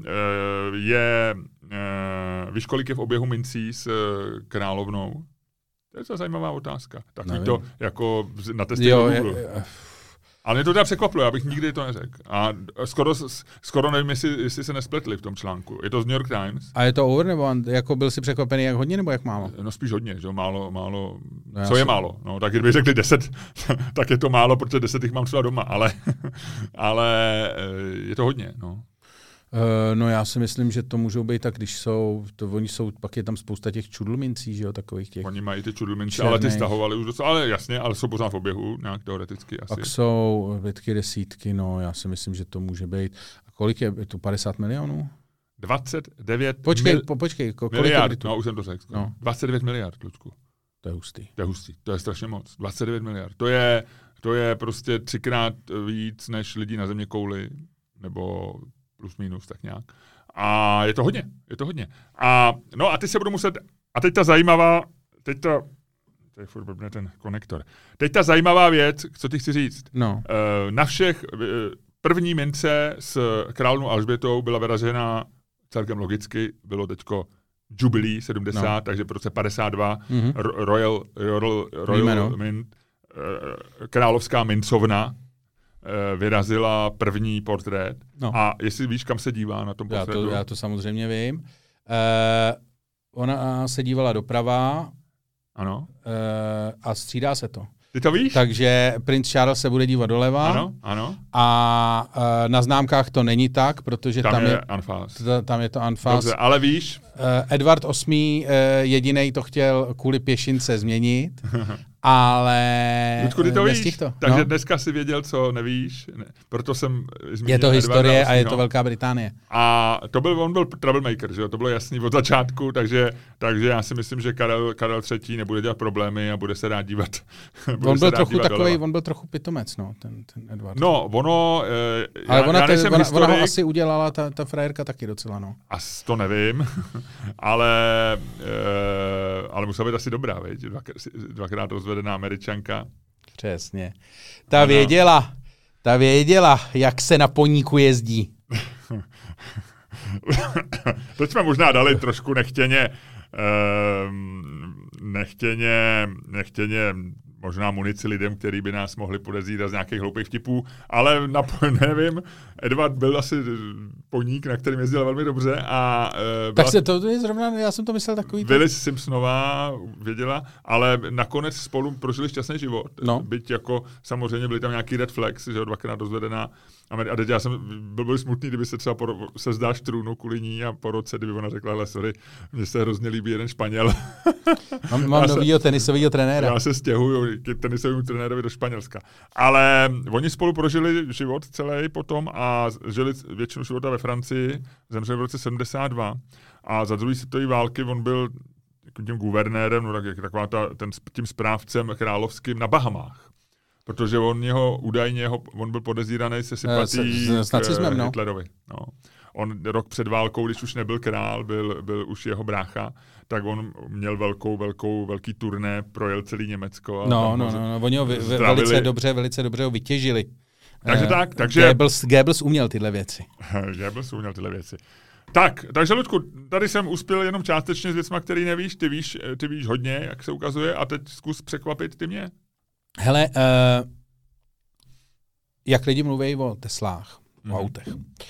víš, kolik je v oběhu mincí s královnou? To je zajímavá otázka. Takový to jako na testy Google. Ale mě to teda překvapilo, já bych nikdy to neřekl. A skoro nevím, jestli se nespletli v tom článku. Je to z New York Times. A je to over, nebo jako byl jsi překvapený jak hodně, nebo jak málo? No spíš hodně, že málo. Co je málo? No, tak kdyby řekli 10, tak je to málo, protože 10 jich mám třeba doma, ale je to hodně, no. No já si myslím, že to můžou být tak, když pak je tam spousta těch čudlmincí, že jo, takových těch. Oni mají ty čudlminci, ale ty stahovali už docela, ale jasně, ale jsou pořád v oběhu, nějak teoreticky asi. Pak jsou větky desítky, no já si myslím, že to může být. A kolik je to 50 milionů? 29 Počkej, miliard, no už jsem to řekl. No. 29 miliard, Luďku. To je hustý. To je strašně moc. 29 miliard. To je prostě 3krát víc než lidí na země kouli, nebo plus minus, tak nějak. A je to hodně. A ty se budou muset, a teď ta zajímavá, to je furt blbne ten konektor. Teď ta zajímavá věc, co ti chci říct. No. Na všech první mince s královnou Alžbětou byla vyražena celkem logicky, bylo teďko Jubilee 70, takže v roce 52 Royal Mint, královská mincovna, vyrazila první portrét. No. A jestli víš, kam se dívá na tom portrétu? Já to samozřejmě vím. Ona se dívala doprava. Ano. A střídá se to. Ty to víš? Takže princ Charles se bude dívat doleva. Ano. A na známkách to není tak, protože tam je Anfas. Tam je to Anfas. Dobře, ale víš? Edward VIII jedinej to chtěl kvůli pěšince změnit. Ale Luďku, ty to víš, to. Takže dneska si věděl, co nevíš, proto jsem zmínil. Je to historie a je to Velká Británie. A on byl troublemaker, že jo? To bylo jasný od začátku, takže já si myslím, že Karel III. Nebude dělat problémy a bude se rád dívat. On byl trochu pitomec, no, ten Edward. No, ale ona ho asi udělala, ta frajerka taky docela, no. To nevím, ale musela být asi dobrá, veď? Dvakrát rozvedená Američanka. Přesně. Ta věděla, jak se na poníku jezdí. Teď jsme možná dali trošku nechtěně možná munici lidem, který by nás mohli podezírat z nějakých hloupých vtipů, ale nevím, Edward byl asi poník, na kterým jezdil velmi dobře a... Tak se to je zrovna, já jsem to myslel takový... Willis Simpsonová věděla, ale nakonec spolu prožili šťastný život. No. Byť jako samozřejmě byly tam nějaký red flags, že dvakrát rozvedená. A teď já jsem byl smutný, kdyby se třeba se zdáš trůnu kvůli ní a po roce, kdyby ona řekla, sorry, mně se hrozně líbí jeden Španěl. Mám novýho tenisového trenéra. Já se stěhuju k tenisovému trenérovi do Španělska. Ale oni spolu prožili život celý potom a žili většinu života ve Francii, zemřeli v roce 72 a za druhé světové války on byl tím guvernérem, no tím správcem královským na Bahamách. Protože on byl podezíraný se sympatií s nacismem, k Hitlerovi. No. On rok před válkou, když už nebyl král, byl už jeho brácha, tak on měl velký turné, projel celý Německo. No. Oni ho velice dobře ho vytěžili. Takže Goebbels uměl tyhle věci. Takže Ludku, tady jsem uspěl jenom částečně s věcma, který nevíš, ty víš hodně, jak se ukazuje, a teď zkus překvapit ty mě. Hele, jak lidi mluví o Teslách, o autech.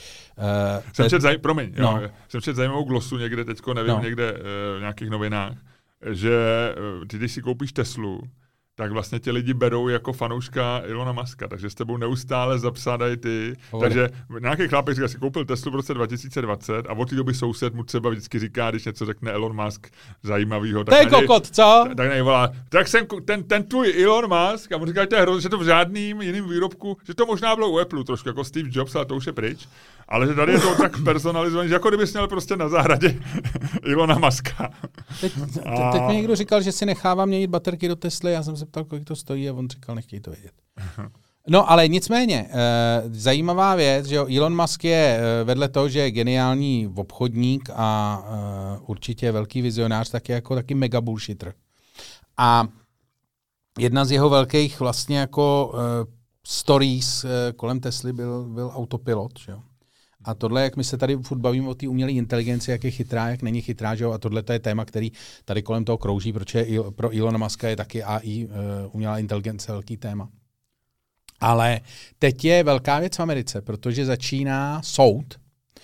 Jsem četl zajímavou glosu někde, teďko nevím, někde v nějakých novinách, že ty, když si koupíš Teslu, tak vlastně tě lidi berou jako fanouška Ilona Muska, takže s tebou neustále zapsádají ty. Takže nějaký chlapec říká, si koupil Teslu v roce 2020 a od té doby soused mu třeba vždycky říká, když něco řekne Elon Musk zajímavýho. To je kokot, co? Tak nejvolá, tak jsem ten tvůj Elon Musk a mu říká, že to v žádným jiným výrobku, že to možná bylo u Apple trošku jako Steve Jobs, ale to už je pryč. Ale že tady je to tak personalizovaný, že jako kdybys měl prostě na zahradě Ilona Muska. Teď mi někdo říkal, že si nechává měnit baterky do Tesly, já jsem se ptal, kolik to stojí a on říkal, nechtěj to vědět. No ale nicméně, zajímavá věc, že Elon Musk je vedle toho, že je geniální obchodník a určitě velký vizionář, tak je jako taky mega bullshitter. A jedna z jeho velkých vlastně jako stories kolem Tesly byl autopilot, že jo. A tohle, jak my se tady furt bavíme o té umělé inteligenci, jak je chytrá, jak není chytrá, že jo? A tohle to je téma, který tady kolem toho krouží, protože pro Elona Muska je taky AI, umělá inteligence, velký téma. Ale teď je velká věc v Americe, protože začíná soud,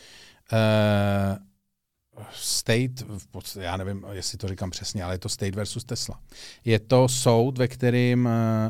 já nevím, jestli to říkám přesně, ale je to State versus Tesla. Je to soud, ve kterém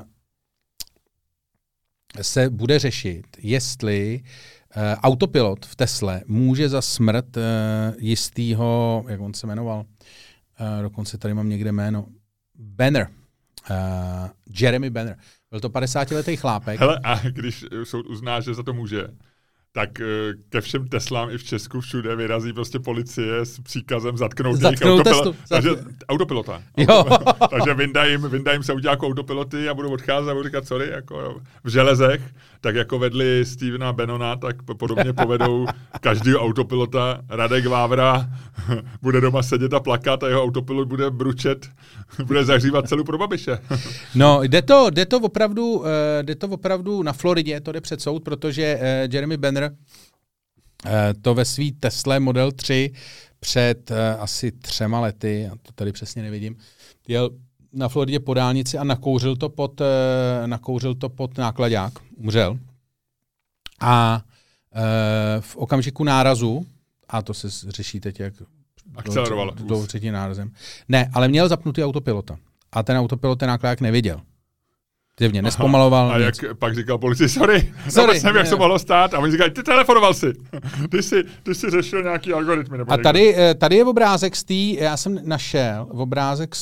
se bude řešit, jestli autopilot v Tesle může za smrt jistýho, jak on se jmenoval, dokonce tady mám někde jméno, Banner, Jeremy Banner. Byl to 50letý chlápek. Hele, a když soud uzná, že za to může, tak ke všem Teslám i v Česku všude vyrazí prostě policie s příkazem zatknout autopilota. Takže vyndají se udělá autopiloty a budou odcházet a budou říkat sorry, jako v železech, tak jako vedli Stevena Bannona, tak podobně povedou každýho autopilota. Radek Vávra bude doma sedět a plakat a jeho autopilot bude bručet, bude zahřívat celou pro Babiše. No, jde to opravdu na Floridě, to jde před soud, protože Jeremy Banner to ve svý Tesla Model 3 před asi 3 lety, já to tady přesně nevidím, jel na Floridě po dálnici a nakouřil to pod nákladák, umřel. A v okamžiku nárazu, a to se řeší teď, jak akceleroval třetí nárazem. Ne, ale měl zapnutý autopilota. A ten autopilot ten nákladák neviděl. Zjevně nespomaloval. A jak pak říkal policii, sorry, nevím, jak se mohlo stát. A oni říkají, ty telefonoval si. Ty jsi řešil nějaký algoritmy. Nebo a tady je obrázek já jsem našel obrázek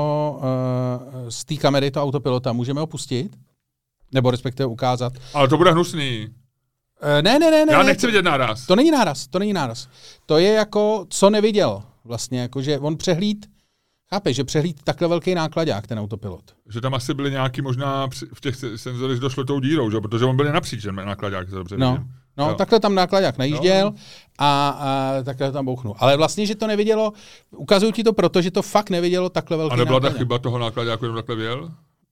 z té kamery toho autopilota. Můžeme ho pustit? Nebo respektive ukázat. Ale to bude hnusný. Ne. Já nechci vidět náraz. To není náraz. To je jako, co neviděl. Vlastně, jakože on chápeš, že přehlíd takhle velký nákladák, ten autopilot. Že tam asi byly nějaký možná v těch senzorech došlo tou dírou, že? Protože on byl napříč, ten nákladák. No, takhle tam nákladák najížděl a takhle tam bouchnul. Ale vlastně, že to nevidělo, ukazuju ti to proto, že to fakt nevidělo takhle velký nákladák. A nebyla ta chyba toho nákladáku, jenom takhle věl?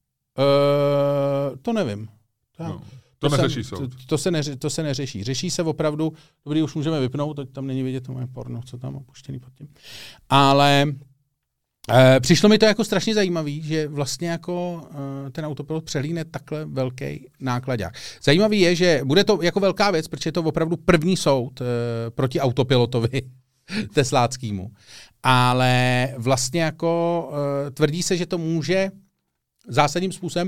To nevím. To neřeší soud. To se neřeší. Řeší se opravdu, dobrý, už můžeme vypnout, tam není vidět to moje porno, co tam opuštěný pod tím. Ale Přišlo mi to jako strašně zajímavý, že vlastně jako ten autopilot přehlídne takhle velký nákladák. Zajímavý je, že bude to jako velká věc, protože je to opravdu první soud proti autopilotovi tesláckému. Ale vlastně jako tvrdí se, že to může zásadním způsobem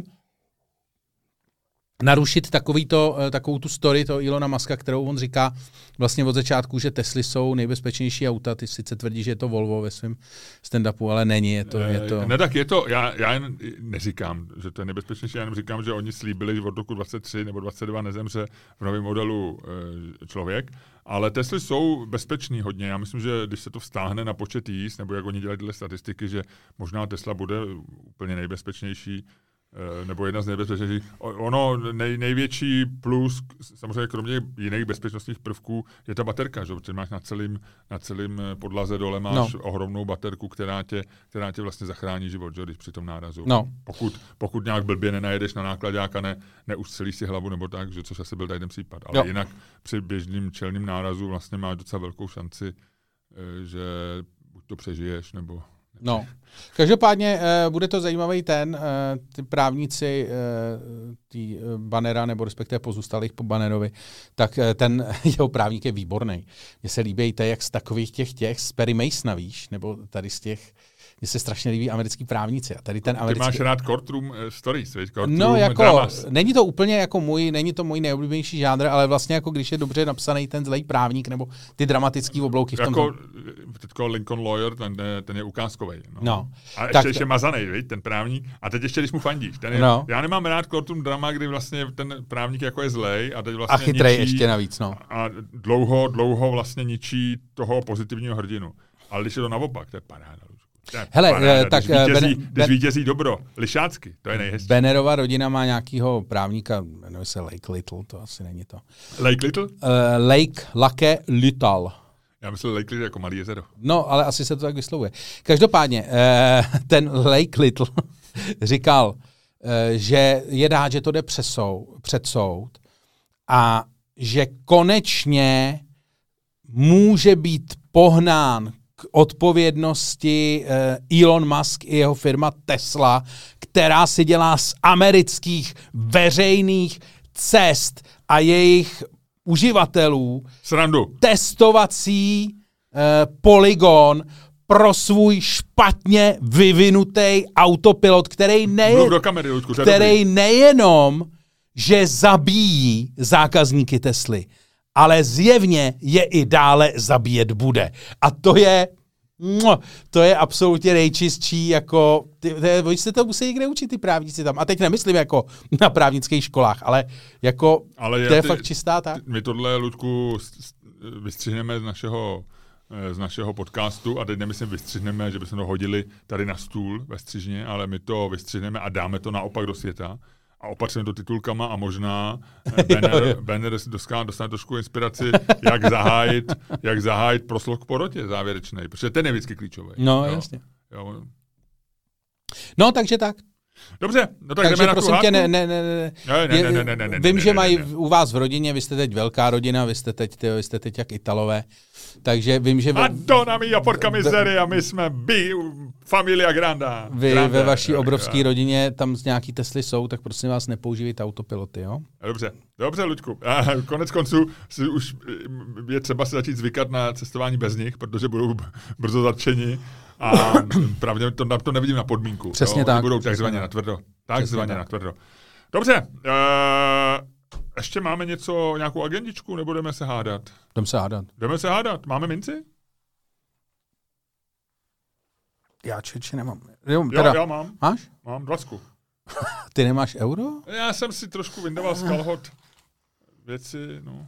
narušit takovou tu story toho Ilona Muska, kterou on říká vlastně od začátku, že Tesly jsou nejbezpečnější auta. Ty sice tvrdí, že je to Volvo ve svém stand-upu, ale není. Je to... Ne, tak je to, já jen neříkám, že to je nebezpečnější, já jenom říkám, že oni slíbili, že od roku 23 nebo 22 nezemře v novém modelu člověk, ale Tesly jsou bezpečný hodně. Já myslím, že když se to vztáhne na počet jízd, nebo jak oni dělají tyhle statistiky, že možná Tesla bude úplně nejbezpečnější, nebo jedna z nejbezpečnějších. Ono největší plus, samozřejmě kromě jiných bezpečnostních prvků, je ta baterka, že? Protože máš na celém podlaze dole máš ohromnou baterku, která tě vlastně zachrání život, že? Když při tom nárazu. No. Pokud nějak blbě nenajedeš na nákladák a neustřelíš si hlavu nebo tak, že? Což asi byl tady ten případ. Ale jinak při běžným čelním nárazu vlastně máš docela velkou šanci, že buď to přežiješ, nebo... No, každopádně bude to zajímavý ty právníci tý Bannera, nebo respektive pozůstalých po Bannerovi, tak ten jeho právník je výborný. Mně se líbí jak z takových těch z Perry Masona, víš, nebo tady z těch, mně se strašně líbí americký právníci. A tady ten americký... Ty máš rád courtroom stories, víš? No, jako, dramas. Není to úplně jako není to můj nejoblíbenější žánr, ale vlastně jako když je dobře napsaný ten zlej právník, nebo ty dramatický oblouky v tom... Jako teďko Lincoln Lawyer, ten je ukázkovej. No. A ještě mazanej, víš, ten právník. A teď ještě, když mu fandíš. Já nemám rád courtroom drama, kdy vlastně ten právník jako je zlej a teď vlastně a chytrej ještě navíc, no. A dlouho vlastně ničí toho pozitivního hrdinu. Ale když je to naopak, to je paráda. Hele, tak když vítězí dobro, lišácky, to je nejhezčí. Bannerova rodina má nějakýho právníka, jmenuje se Lake Little, to asi není to. Lake Little? Lake Little. Já myslel Lake Little jako malý jezero. No, ale asi se to tak vyslovuje. Každopádně, ten Lake Little říkal, že je rád, že to jde před soud a že konečně může být pohnán k odpovědnosti Elon Musk i jeho firma Tesla, která si dělá z amerických veřejných cest a jejich uživatelů srandu. Testovací polygon pro svůj špatně vyvinutý autopilot, který nejenom, že zabíjí zákazníky Tesly, ale zjevně je i dále zabíjet bude. A to je absolutně nejčistší, jako, oni se to musí někde učit, ty právníci tam. A teď nemyslím jako na právnických školách, ale jako, to je fakt čistá ta. My tohle, Ludku, vystřihneme z našeho podcastu a teď nemyslím vystřihneme, že bychom to hodili tady na stůl ve střižně, ale my to vystřihneme a dáme to naopak do světa. A opatříme to titulkama a možná Banner dostane trošku inspiraci, jak zahájit proslov k porotě závěrečnej, protože ten je vždycky klíčový. No, jasně. Jo. No, takže tak. Dobře, no tak takže jdeme na prosím tě, ne. Vím, že mají u vás v rodině, vy jste teď velká rodina, vy jste teď jak Italové, takže vím, že... Madonna mia, porca miseria, my jsme familia granda. Vy ve vaší obrovské rodině tam z nějaký Tesly jsou, tak prosím vás nepoužívejte autopiloty, jo? Dobře, Luďku. Konec konců už je třeba se začít zvykat na cestování bez nich, protože budou brzo zatčeni. A pravdě to nevidím na podmínku. Přesně tak. Budou takzvaně natvrdo. Natvrdo. Dobře. Ještě máme nějakou agendičku, nebo jdeme se hádat? Jdeme se hádat. Máme minci? Já či nemám. Já mám. Máš? Mám 20. Ty nemáš euro? Já jsem si trošku vyndaval z kalhot věci, no.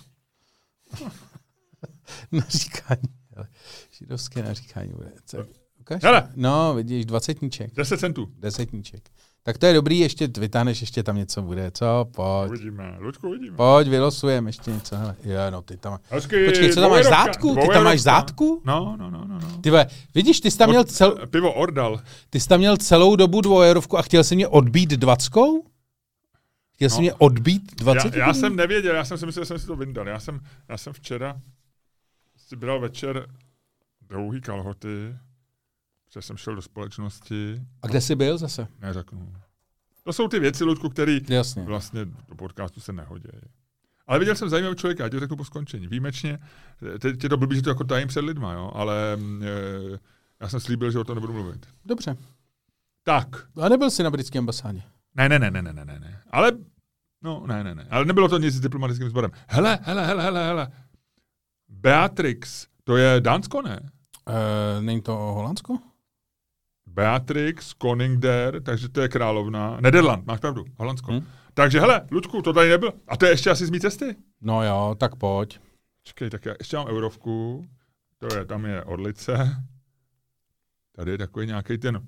Naříkání. Židovské naříkání bude. Ukáž? Hele. No, vidíš, 20. 10 centů. 10. Tak to je dobrý, ještě vytáhneš, ještě tam něco bude, co? Pojď. Uvidíme, Luďku, uvidíme. Pojď, vylosujeme ještě něco, hele. Jo, no, ty tam... Hezky, počkej, co tam máš, zátku? Ty tam máš zátku? No. Ty vole, vidíš, ty jsi tam měl Pivo Ordal. Ty jsi tam měl celou dobu 2eurovku a chtěl jsi mě odbít 20? Chtěl jsi mě odbít 20? Já jsem nevěděl, já jsem si myslel, že jsem si to vyndal. Já jsem včera si bral večer dlouhý kalhoty, že jsem šel do společnosti. A kde jsi byl zase? Neřeknu. To jsou ty věci, Luďku, které vlastně do podcastu se nehodí. Ale viděl jsem zajímavý člověka, já ti řeknu po skončení. Výjimečně, teď je to blbý, že to jako tajím před lidma, jo? Ale já jsem slíbil, že o tom nebudu mluvit. Dobře. Tak. A nebyl jsi na britské ambasádě? Ne. Ale nebylo to nic s diplomatickým sborem. Hele. Beatrix, to je Dánsko, ne? Není to Holandsko? Beatrix Koningder, takže to je královna. Nederland, máš pravdu, Holandsko. Takže hele, Luďku, to tady nebylo. A to je ještě asi z mý cesty. No jo, tak pojď. Čekej, tak já ještě mám eurovku. Tam je Orlice. Tady je takový nějaký ten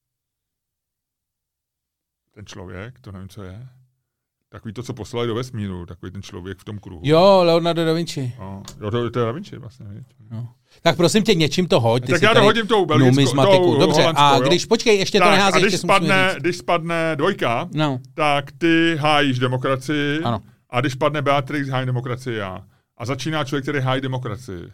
člověk, to nevím, co je. Takový to, co poslali do vesmíru, takový ten člověk v tom kruhu. Jo, Leonardo da Vinci. No, to je da Vinci vlastně. No. Tak prosím tě, něčím to hoď. Tak já to hodím tou belgickou, dobře, a když, počkej, ještě to neházej, ještě když spadne 2, tak ty hájíš demokracii, ano. A když padne Beatrix, hájí demokracii já. A začíná člověk, který hájí demokracii.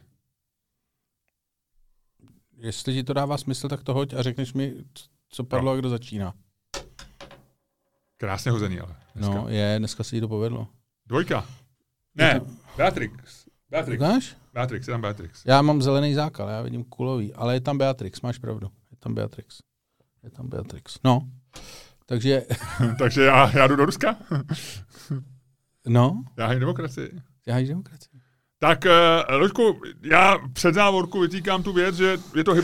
Jestli ti to dává smysl, tak to hoď a řekneš mi, co padlo a kdo začíná. Krásně hozený, ale. Dneska. No, dneska si jí to povedlo. 2. Ne, Beatrix. Znáš? Beatrix, je tam Beatrix. Já mám zelený zákal, já vidím kulový, ale je tam Beatrix, máš pravdu. Je tam Beatrix. No, takže... takže já jdu do Ruska? No. Já hájím demokracii. Tak, Luďku, já před závorku vytýkám tu věc, že je to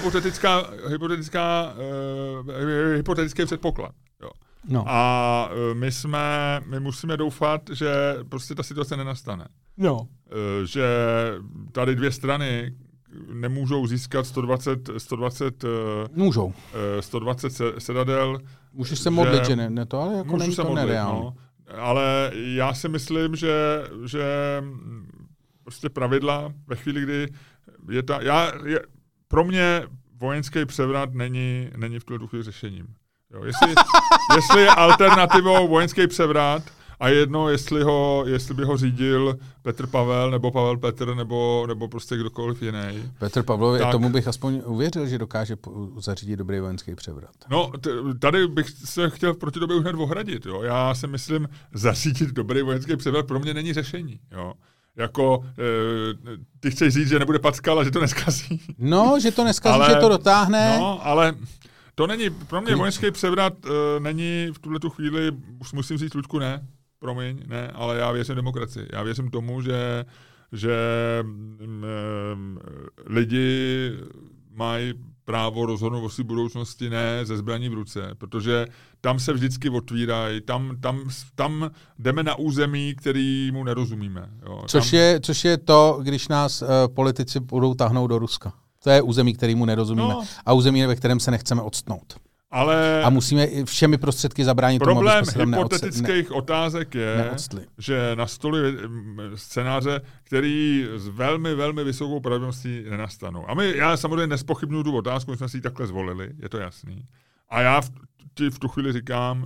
hypotetický předpoklad. Jo. No. A my musíme doufat, že prostě ta situace nenastane. No. Že tady 2 strany nemůžou získat 120 sedadel. Můžeš se modlit, že ne to, ale jako není to nereálné. No. Ale já si myslím, že prostě pravidla ve chvíli, kdy pro mě vojenský převrat není v tuhle chvíli řešením. Jo, jestli je alternativou vojenský převrat a jedno, jestli by ho řídil Petr Pavel, nebo Pavel Petr, nebo prostě kdokoliv jiný. Petr Pavlovi, tak, tomu bych aspoň uvěřil, že dokáže zařídit dobrý vojenský převrat. No, tady bych se chtěl proti tobě hned ohradit. Jo. Já si myslím, zařídit dobrý vojenský převrat pro mě není řešení. Jo. Jako, ty chceš říct, že nebude packal a že to neskazí. No, že to neskazí, že to dotáhne. No, ale to není, pro mě vojenský převrat není v tuhletu chvíli, už musím říct, Luďku, ne. Promiň, ne, ale já věřím demokracii. Já věřím tomu, že lidi mají právo rozhodnout o své budoucnosti ne ze zbraní v ruce, protože tam se vždycky otvírají, tam jdeme na území, kterému nerozumíme. Jo. Což je to, když nás politici budou táhnout do Ruska. To je území, kterému nerozumíme. No. A území, ve kterém se nechceme odstnout. Ale a musíme všemi prostředky zabránit tomu, problém hypotetických otázek je, že na stole scénáře, který s velmi, velmi vysokou pravděpodobností nenastanou. A já samozřejmě nespochybnuju tu otázku, my jsme si ji takhle zvolili, je to jasný. A já v tu chvíli říkám,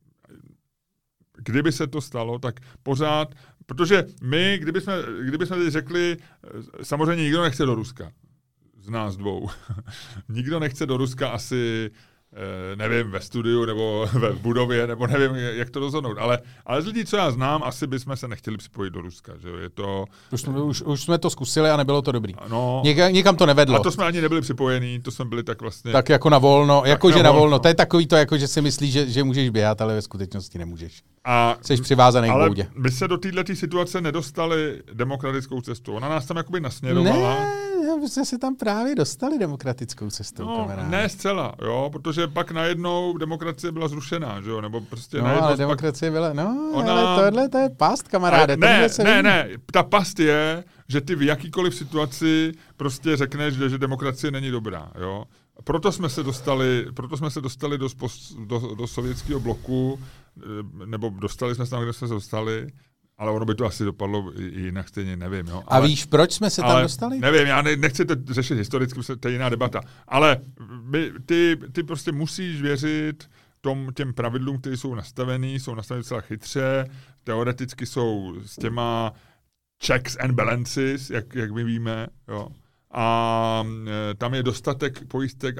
kdyby se to stalo, tak pořád, protože my, kdybychom teď řekli, samozřejmě nikdo nechce do Ruska, z nás dvou. Nikdo nechce do Ruska asi nevím, ve studiu nebo ve budově, nebo nevím, jak to rozhodnout. Ale z lidí, co já znám, asi bychom se nechtěli připojit do Ruska. Že je to... Už jsme to zkusili a nebylo to dobrý. No, Nikam to nevedlo. A to jsme ani nebyli připojení, to jsme byli tak vlastně... Tak jako na volno, jakože na volno. To je takový to, jako že si myslíš, že můžeš běhat, ale ve skutečnosti nemůžeš. Jsi přivázaný k boudě. My se do této situace nedostali demokratickou cestou. Ona nás tam jakoby nasměrovala. My jsme se tam právě dostali demokratickou cestou, kamaráde. Ne zcela, jo, protože pak najednou demokracie byla zrušená, že jo, nebo prostě ale demokracie byla, ale tohle to je past, kamaráde. Ne, ta past je, že ty v jakýkoliv situaci prostě řekneš, že demokracie není dobrá, jo. Proto jsme se dostali do sovětského bloku, nebo dostali jsme se tam, kde jsme se dostali. Ale ono by to asi dopadlo i jinak, stejně nevím. Jo. A víš, proč jsme se tam dostali? Nevím, já nechci to řešit historicky, to je jiná debata. Ale ty prostě musíš věřit těm pravidlům, které jsou nastavený docela chytře, teoreticky jsou s těma checks and balances, jak my víme. Jo. a tam je dostatek pojistek,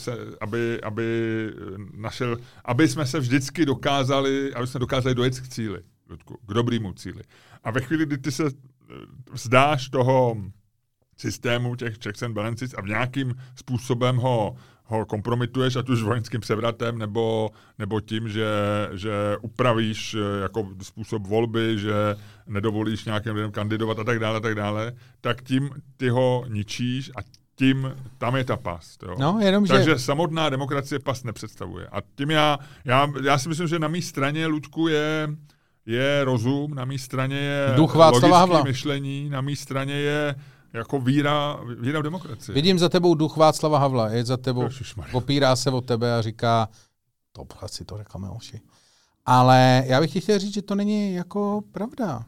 aby jsme se vždycky dokázali dojet k cíli, k dobrému cíli. A ve chvíli, kdy ty se vzdáš toho systému těch checks and balances a v nějakým způsobem ho kompromituješ, ať už vojenským převratem, nebo tím, že upravíš jako způsob volby, že nedovolíš nějakým lidem kandidovat a tak dále, tak tím ty ho ničíš a tím tam je ta past. Jo. No, takže samotná demokracie past nepředstavuje. A tím já si myslím, že na mé straně, Luďku, je rozum, na mé straně je logické myšlení, na mé straně je jako víra v demokracii. Vidím za tebou duch Václava Havla, je za tebou, opírá se o tebe a říká, to si to řekl Miloši. Ale já bych ti chtěl říct, že to není jako pravda.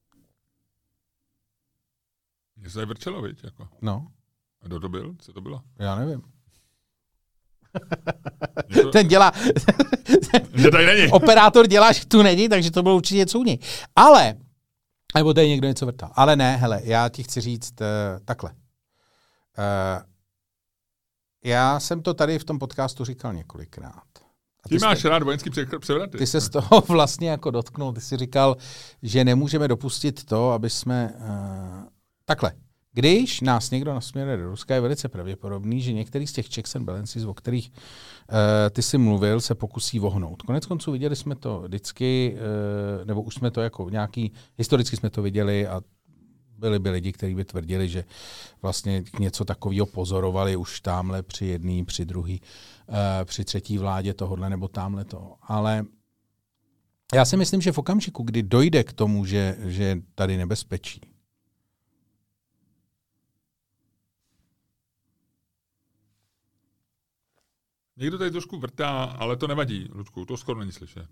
Mě se vrčelo, viď? Jako. No. A kdo to byl? Co to bylo? Já nevím. Ten dělá... Že tady není. Operátor dělá, že tu není, takže to bylo určitě něco u něj. Ale... Nebo tady někdo něco vrtá. Ale ne, hele, já ti chci říct takhle. Já jsem to tady v tom podcastu říkal několikrát. Ty máš rád vojenský převraty. Ty se z toho vlastně jako dotknul. Ty jsi říkal, že nemůžeme dopustit to, aby jsme... Takhle. Když nás někdo nasměruje do Ruska, je velice pravděpodobný, že některý z těch checks and balances, o kterých ty jsi mluvil, se pokusí vohnout. Konec konců viděli jsme to vždycky, nebo už jsme to jako historicky jsme to viděli a byli by lidi, kteří by tvrdili, že vlastně něco takového pozorovali už tamhle při jedný, při druhý, při třetí vládě tohodle nebo tamhle toho. Ale já si myslím, že v okamžiku, kdy dojde k tomu, že je tady nebezpečí, někdo tady trošku vrtá, ale to nevadí, Ludku, to skoro není slyšet.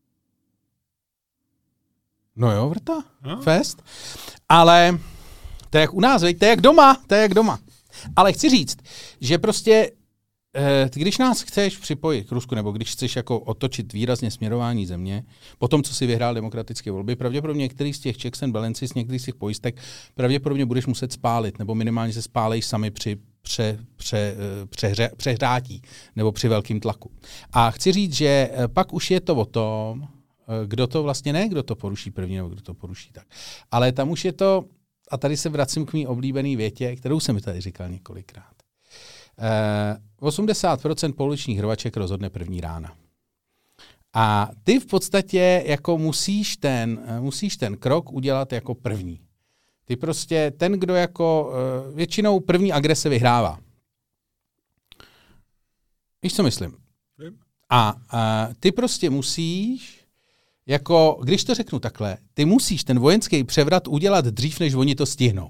No jo, vrtá. Fest. Ale to je jak u nás, veď, to je jak doma. Ale chci říct, že prostě, když nás chceš připojit k Rusku, nebo když chceš jako otočit výrazně směrování země, po tom, co si vyhrál demokratické volby, pravděpodobně některý z těch checks and balances, některý z těch pojistek, pravděpodobně budeš muset spálit, nebo minimálně se spálej sami při přehrátí nebo při velkým tlaku. A chci říct, že pak už je to o tom, kdo to vlastně ne, kdo to poruší první nebo kdo to poruší tak. Ale tam už je to, a tady se vracím k mý oblíbený větě, kterou jsem mi tady říkal několikrát. 80% pouličních hrvaček rozhodne první rána. A ty v podstatě jako musíš ten krok udělat jako první. Ty prostě, ten, kdo jako většinou první agrese vyhrává. Víš, co myslím? A ty prostě musíš, jako, když to řeknu takhle, ty musíš ten vojenský převrat udělat dřív, než oni to stihnou.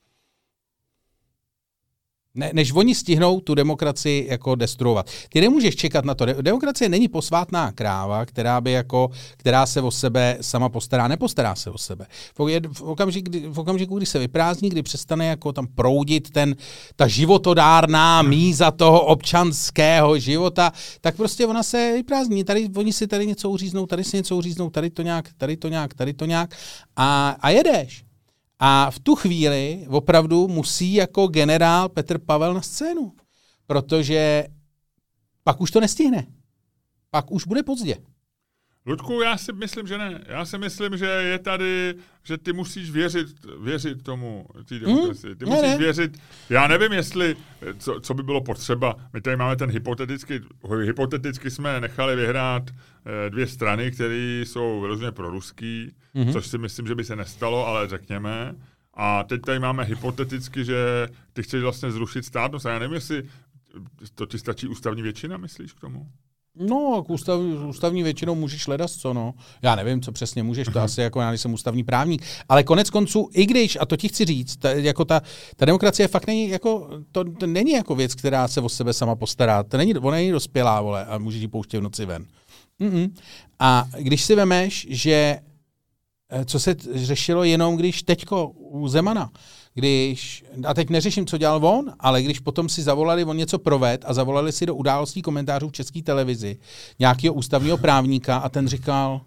Než oni stihnou tu demokracii jako destruovat. Ty nemůžeš čekat na to. Demokracie není posvátná kráva, která se o sebe sama postará, nepostará se o sebe. V okamžiku, kdy se vyprázdní, kdy přestane jako tam proudit ta životodárná míza toho občanského života, tak prostě ona se vyprázdní. Oni si tady něco uříznou, tady si něco uříznou, tady to nějak a jedeš. A v tu chvíli opravdu musí jako generál Petr Pavel na scénu, protože pak už to nestihne. Pak už bude pozdě. Ludku, já si myslím, že ne. Já si myslím, že je tady, že ty musíš věřit tomu, té demokracii. Ty musíš věřit, já nevím, jestli, co by bylo potřeba. My tady máme ten hypoteticky jsme nechali vyhrát 2 strany, které jsou vyloženě proruský, což si myslím, že by se nestalo, ale řekněme. A teď tady máme hypoteticky, že ty chceš vlastně zrušit státnost. A já nevím, jestli to ti stačí ústavní většina, myslíš k tomu? No, ústavní většinou můžeš hledat co, no. Já nevím, co přesně můžeš, to asi jako já nejsem ústavní právník, ale konec konců, i když, a to ti chci říct, jako ta demokracie fakt není jako, to není jako věc, která se o sebe sama postará, ona není dospělá, vole, a můžeš ji pouštět v noci ven. A když si vemeš, že co se řešilo jenom, když teďko u Zemana, a teď neřeším, co dělal on, ale když potom si zavolali, on něco proved a zavolali si do událostí komentářů v České televizi nějakého ústavního právníka a ten říkal,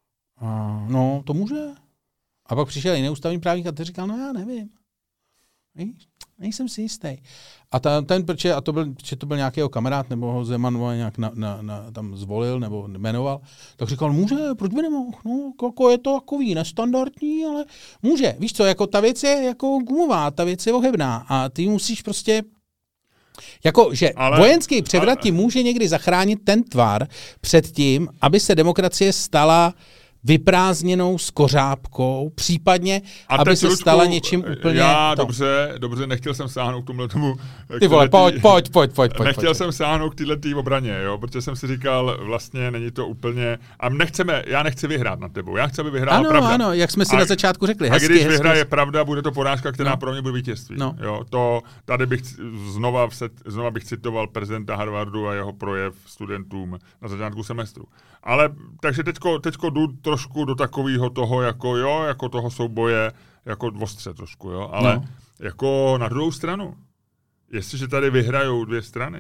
no, to může. A pak přišel jiný ústavní právník a ten říkal, no já nevím. Nejsem si jistý. A protože to byl nějaký kamarád, nebo ho Zeman nějak tam zvolil, nebo jmenoval, tak říkal, může, proč by nemohl? No, jako je to takový nestandardní, ale může. Víš co, jako ta věc je jako gumová, ta věc je ohebná a ty musíš prostě že vojenský převrat ti může někdy zachránit ten tvar před tím, aby se demokracie stala vyprázdněnou skořápkou, případně, aby se stala něčím úplně... Dobře, nechtěl jsem sáhnout k tomhle tomu... Ty vole, pojď. Nechtěl jsem sáhnout k této obraně, jo, protože jsem si říkal, vlastně není to úplně... A já nechci vyhrát nad tebou, já chci, aby vyhrála pravda. Ano, jak jsme si na začátku řekli. A když vyhraje pravda, bude to porážka, která pro mě bude vítězství. No. Jo, tady bych znova bych citoval prezidenta Harvardu a jeho projev studentům na začátku semestru. Ale takže teďko jdu trošku do takového toho, jako toho souboje, jako ostře trošku, jo, ale jako na druhou stranu, jestliže tady vyhrajou dvě strany,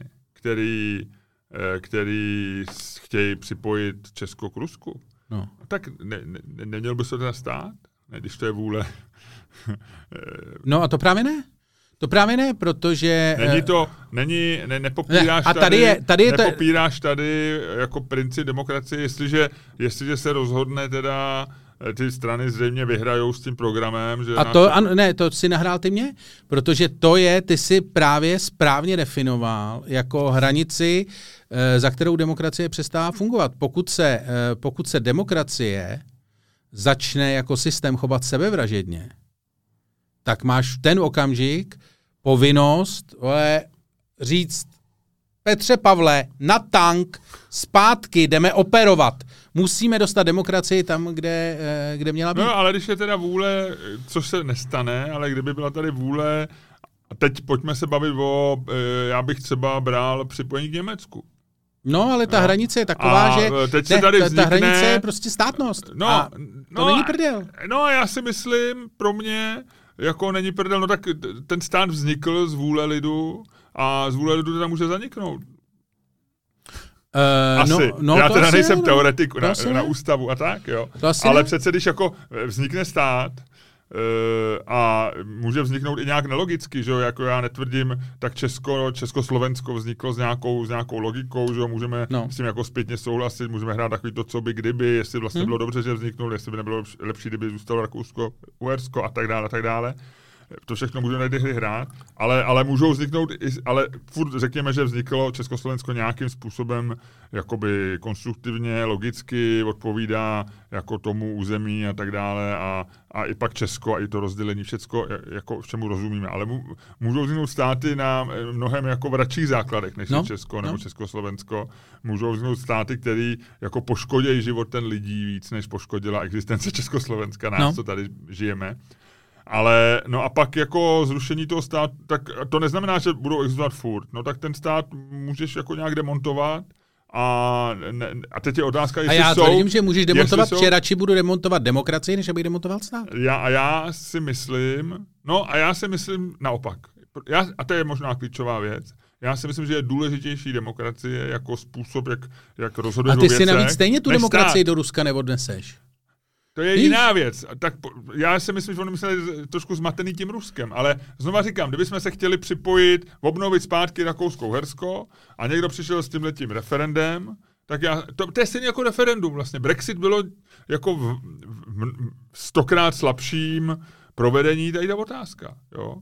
který chtějí připojit Česko k Rusku, tak neměl by se to teda stát, ne, když to je vůle. No a to právě ne. To právě ne, protože... Nepopíráš tady jako princip demokracie, jestliže se rozhodne teda ty strany zřejmě vyhrajou s tím programem. Že to si nahrál ty mě, protože ty si právě správně definoval jako hranici, za kterou demokracie přestává fungovat. Pokud se demokracie začne jako systém chovat sebevražedně, tak máš v ten okamžik povinnost říct Petře Pavle, na tank, zpátky, jdeme operovat. Musíme dostat demokracii tam, kde měla být. No, ale když je teda vůle, což se nestane, ale kdyby byla tady vůle, a teď pojďme se bavit já bych třeba bral připojení k Německu. No, ale ta hranice je taková, že ta hranice je prostě státnost. To není prdel. No, já si myslím, pro mě jako není prdel, no tak ten stát vznikl z vůle lidu a z vůle lidu to tam může zaniknout. Asi. Já teda nejsem teoretik na ústavu a tak, jo. Ale přece, když jako vznikne stát a může vzniknout i nějak nelogicky, že jo, jako já netvrdím, tak Československo vzniklo s nějakou logikou, že jo, můžeme s tím jako zpětně souhlasit, můžeme hrát takový to, co by kdyby, jestli vlastně bylo dobře, že vzniknul, jestli by nebylo lepší, kdyby zůstalo Rakousko, Uhersko a tak dále. To všechno můžeme někdy hrát, ale můžou vzniknout, ale furt řekněme, že vzniklo Československo nějakým způsobem jakoby konstruktivně, logicky odpovídá jako tomu území a tak dále a i pak Česko a i to rozdělení všecko, jako všemu rozumíme, ale můžou vzniknout státy na mnohem jako vračích základech, než je Česko nebo Československo. Můžou vzniknout státy, které jako poškodí život ten lidí víc, než poškodila existence Československa, nás, co tady žijeme. Ale no a pak jako zrušení toho státu, tak to neznamená, že budou existovat furt. No tak ten stát můžeš jako nějak demontovat a teď je otázka, jestli jsou... A já tvrdím, že můžeš demontovat, že radši budu demontovat demokracii, než abych demontoval stát. Já si myslím naopak. A to je možná klíčová věc. Já si myslím, že je důležitější demokracie jako způsob, jak rozhoduješ o věcech. A ty si navíc stejně tu demokracii do Ruska neodneseš. To je jiná věc. Tak já si myslím, že oni mysleli trošku zmatený tím Ruskem, ale znova říkám, kdybychom se chtěli připojit, obnovit zpátky Rakousko-Uhersko a někdo přišel s tímhletím referendem, tak to je stejně jako referendum vlastně. Brexit bylo jako v 100krát slabším provedení, tady ta otázka, jo.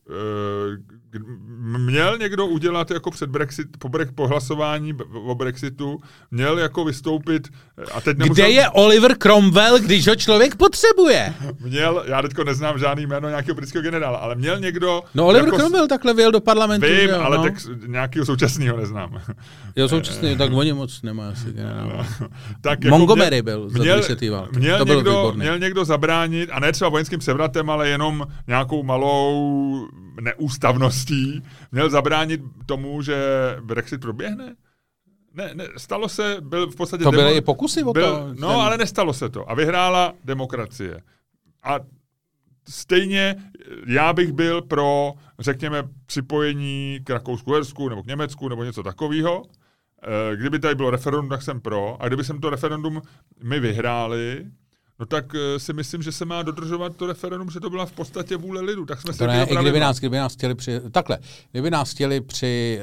Měl někdo udělat jako před po hlasování o Brexitu, měl jako vystoupit a teď Kde je Oliver Cromwell, když ho člověk potřebuje? Já teďko neznám žádný jméno nějakého britského generála, ale měl někdo... No Oliver Cromwell takhle vyjel do parlamentu. Vím, ale tak nějakého současného neznám. Jo, současný, tak oni moc nemá asi generála. Tak Montgomery byl za druhé války. Měl někdo zabránit, a ne třeba vojenským převratem, ale jenom nějakou malou neústavností, měl zabránit tomu, že Brexit proběhne? Ne, stalo se, byl v podstatě... To byly i pokusy o to. No, ale nestalo se to. A vyhrála demokracie. A stejně já bych byl pro, řekněme, připojení k Rakousku-Uhersku nebo k Německu nebo něco takového. Kdyby tady bylo referendum, tak jsem pro. A kdyby jsem to referendum my vyhráli, no tak si myslím, že se má dodržovat to referendum, že to byla v podstatě vůle lidu. Tak jsme to ne, i kdyby nás chtěli kdyby nás chtěli při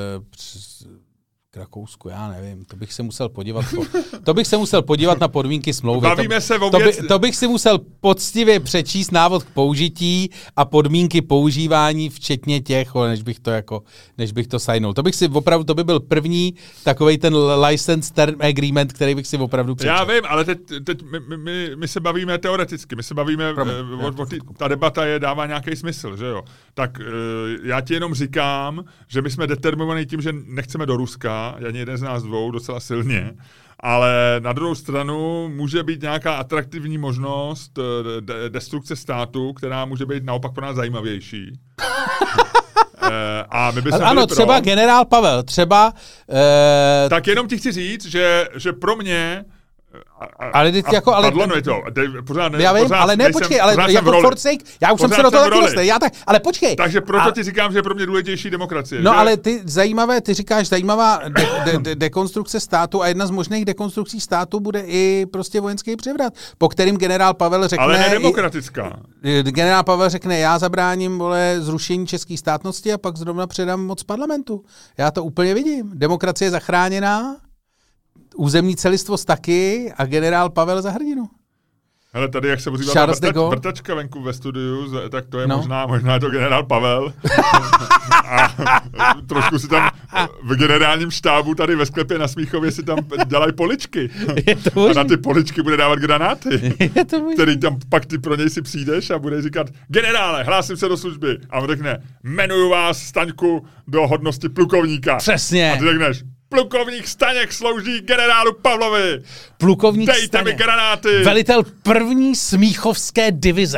k Rakousku, já nevím, to bych se musel podívat na podmínky smlouvy. Bavíme se o věci. To bych si musel poctivě přečíst návod k použití a podmínky používání, včetně těch, než bych to signul. To by byl první takovej ten license term agreement, který bych si opravdu přečetl. Já vím, ale teď my se bavíme teoreticky, ta debata dává nějaký smysl, že jo. Tak já ti jenom říkám, že my jsme determinovaní tím, že nechceme do Ruska, ani jeden z nás dvou, docela silně, ale na druhou stranu může být nějaká atraktivní možnost destrukce státu, která může být naopak pro nás zajímavější. A my ano, třeba generál Pavel, Tak jenom ti chci říct, že pro mě ale teď jako, ale já vím, ale ne, počkej, ale jako for sake, já už jsem se do toho taky dostal, ale počkej. Takže proto ti říkám, že je pro mě důležitější demokracie. No že? Ale ty říkáš zajímavá dekonstrukce státu a jedna z možných dekonstrukcí státu bude i prostě vojenský převrat, po kterým generál Pavel řekne... Ale nedemokratická. Generál Pavel řekne, já zabráním, zrušení české státnosti a pak zrovna předám moc parlamentu. Já to úplně vidím. Demokracie je zachráněná, územní celistvost taky a generál Pavel za hrdinu. Hele, tady, jak se ozývá vrtačka venku ve studiu, tak to je možná to generál Pavel. A trošku si tam v generálním štábu tady ve sklepě na Smíchově si tam dělají poličky. A na ty poličky bude dávat granáty. Který tam pak ty pro něj si přijdeš a bude říkat, generále, hlásím se do služby. A on řekne, jmenuju vás, Staňku, do hodnosti plukovníka. Přesně. A ty řekneš, plukovník Staněk slouží generálu Pavlovi. Plukovník Dejte Staněk. mi granáty. Velitel první smíchovské divize.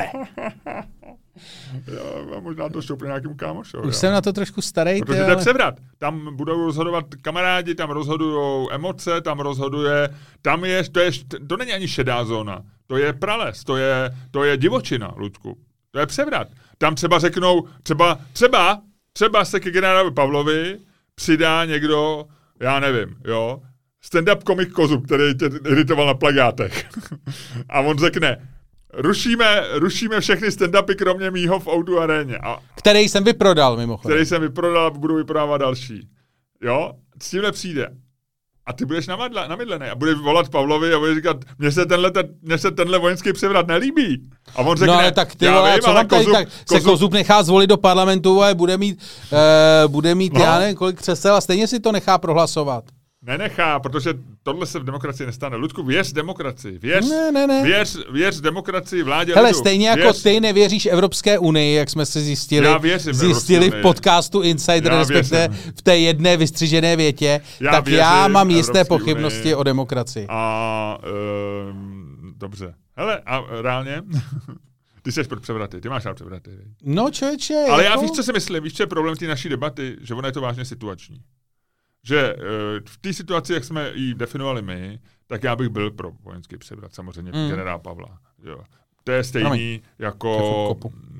Jo, možná to šoupne nějakému kámošovi. Už jsem na to trošku starý. Protože to je převrat. Tam budou rozhodovat kamarádi, tam rozhodujou emoce, to není ani šedá zóna. To je prales, to je divočina, Ludku. To je převrat. Tam třeba řeknou, třeba se ke generálovi Pavlovi přidá někdo, já nevím, jo, stand-up komik Kozub, který tě iritoval na plagátech. A on řekne, rušíme všechny stand-upy, kromě mýho v O2 aréně. Který jsem vyprodal, mimochodem. Který jsem vyprodal a budu vyprodávat další. Jo, s tímhle přijde. A ty budeš namydlený a budeš volat Pavlovi a budeš říkat, mně se tenhle vojenský převrat nelíbí. A on řekne, no ale tak ty vole, co vám tady, se Kozub nechá zvolit do parlamentu a bude mít já nevím, kolik křesel a stejně si to nechá prohlasovat. Nenechá, protože tohle se v demokracii nestane. Ludku, věř demokracii. Věř demokracii, vládě lidu. Hele, stejně jako ty nevěříš Evropské unii, jak jsme se zjistili v podcastu Insider, respektive v té jedné vystřižené větě, tak já mám jisté pochybnosti o demokracii. Dobře. Hele, a reálně... Ty jsi pro převraty, ty máš rád převraty. No člověče. Ale já víš, co si myslím, víš, co je problém té naší debaty, že ono je to vážně situační. Že v té situaci, jak jsme ji definovali my, tak já bych byl pro vojenský převrat, samozřejmě generál Pavla. Jo. To je stejný jako...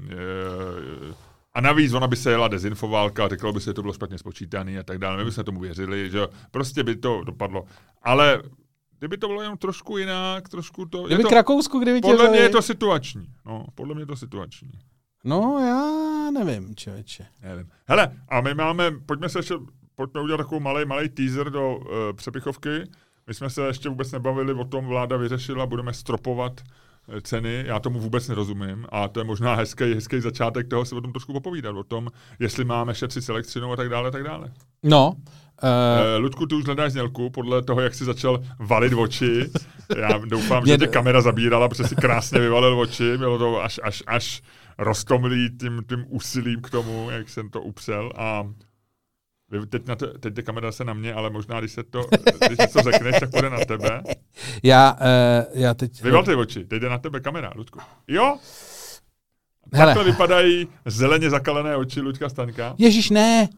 A navíc ona by se jela dezinfoválka, řeklo by se, že to bylo špatně spočítané a tak dále. My bychom tomu věřili, že prostě by to dopadlo. Ale kdyby to bylo jenom trošku jinak, trošku to... Kdyby k Rakousku, kdyby tě podle mě je to situační. No, podle mě je to situační. No, já nevím, člověče. Nevím. Hele, a my pojďme udělat takovou malý teaser do přepichovky. My jsme se ještě vůbec nebavili o tom, vláda vyřešila, budeme stropovat ceny, já tomu vůbec nerozumím a to je možná hezký začátek toho si o tom trošku popovídat, o tom, jestli máme šetřit s elektřinou a tak dále, tak dále. No. Ludku, ty už hledáš znělku podle toho, jak jsi začal valit oči. Já doufám, že tě kamera zabírala, protože si krásně vyvalil oči, bylo to až roztomilý tím úsilím k tomu, jak jsem to upřel a teď kamera se na mě, ale možná, když to řekneš, tak půjde na tebe. Já teď... Vyval ty oči, teď jde na tebe kamera, Ludku. Jo? Takhle vypadají zeleně zakalené oči Luďka Staňka. Ježíš, ne.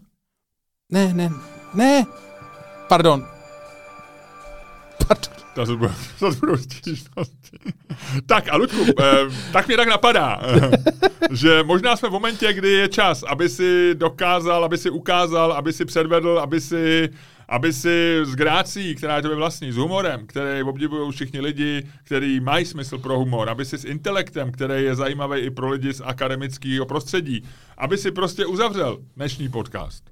Pardon. To budou stížnosti. Tak a Luďku, tak mě tak napadá, že možná jsme v momentě, kdy je čas, aby si dokázal, aby si ukázal, aby si předvedl, aby si s grácí, která je tobě vlastní, s humorem, který obdivují všichni lidi, který mají smysl pro humor, aby si s intelektem, který je zajímavý i pro lidi z akademického prostředí, aby si prostě uzavřel dnešní podcast.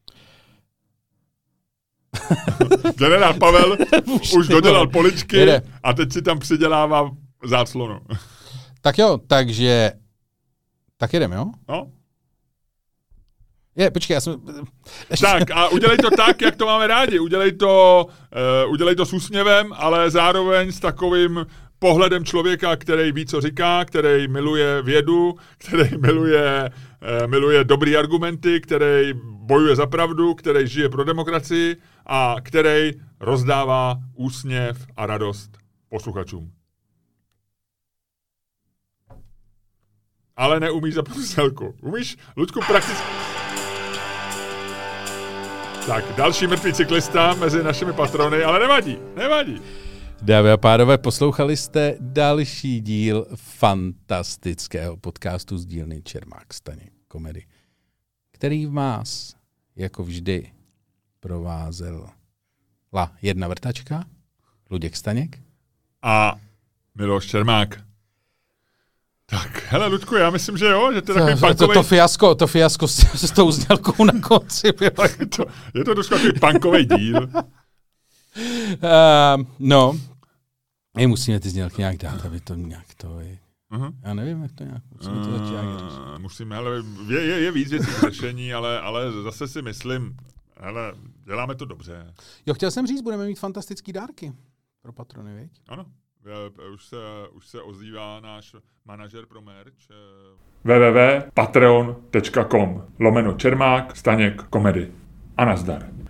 Generál Pavel už dodělal poličky a teď si tam přidělává záclonu. Tak jo, takže... Tak jedem, jo? No. Počkej, já jsem... Tak a udělej to tak, jak to máme rádi. Udělej to s úsměvem, ale zároveň s takovým pohledem člověka, který ví, co říká, který miluje vědu, který miluje dobrý argumenty, který bojuje za pravdu, který žije pro demokracii a který rozdává úsměv a radost posluchačům. Ale neumíš zapnout selku. Umíš, Luďku, prakticky... Tak, další mrtvý cyklista mezi našimi patrony, ale nevadí. Dámy a pánové, poslouchali jste další díl fantastického podcastu z dílny Čermák Staněk Komedy, který vás, jako vždy, provázela jedna vrtačka, Luděk Staněk a Miloš Čermák. Tak, hele, Ludku, já myslím, že jo, že to je takový punkovej... To fiasko s tou znělkou na konci. Je to trošku takový punkovej díl. No, musíme ty znělky nějak dát, aby to nějak to je. Já nevím, jak to nějak, musíme to začít nějak říct. Musíme, hele, je víc věcí k řešení, ale zase si myslím, hele, děláme to dobře. Jo, chtěl jsem říct, budeme mít fantastický dárky pro patrony, viď? Ano. Už se ozývá náš manažer pro merch. www.patreon.com/Čermák Staněk Komedy. A nazdar.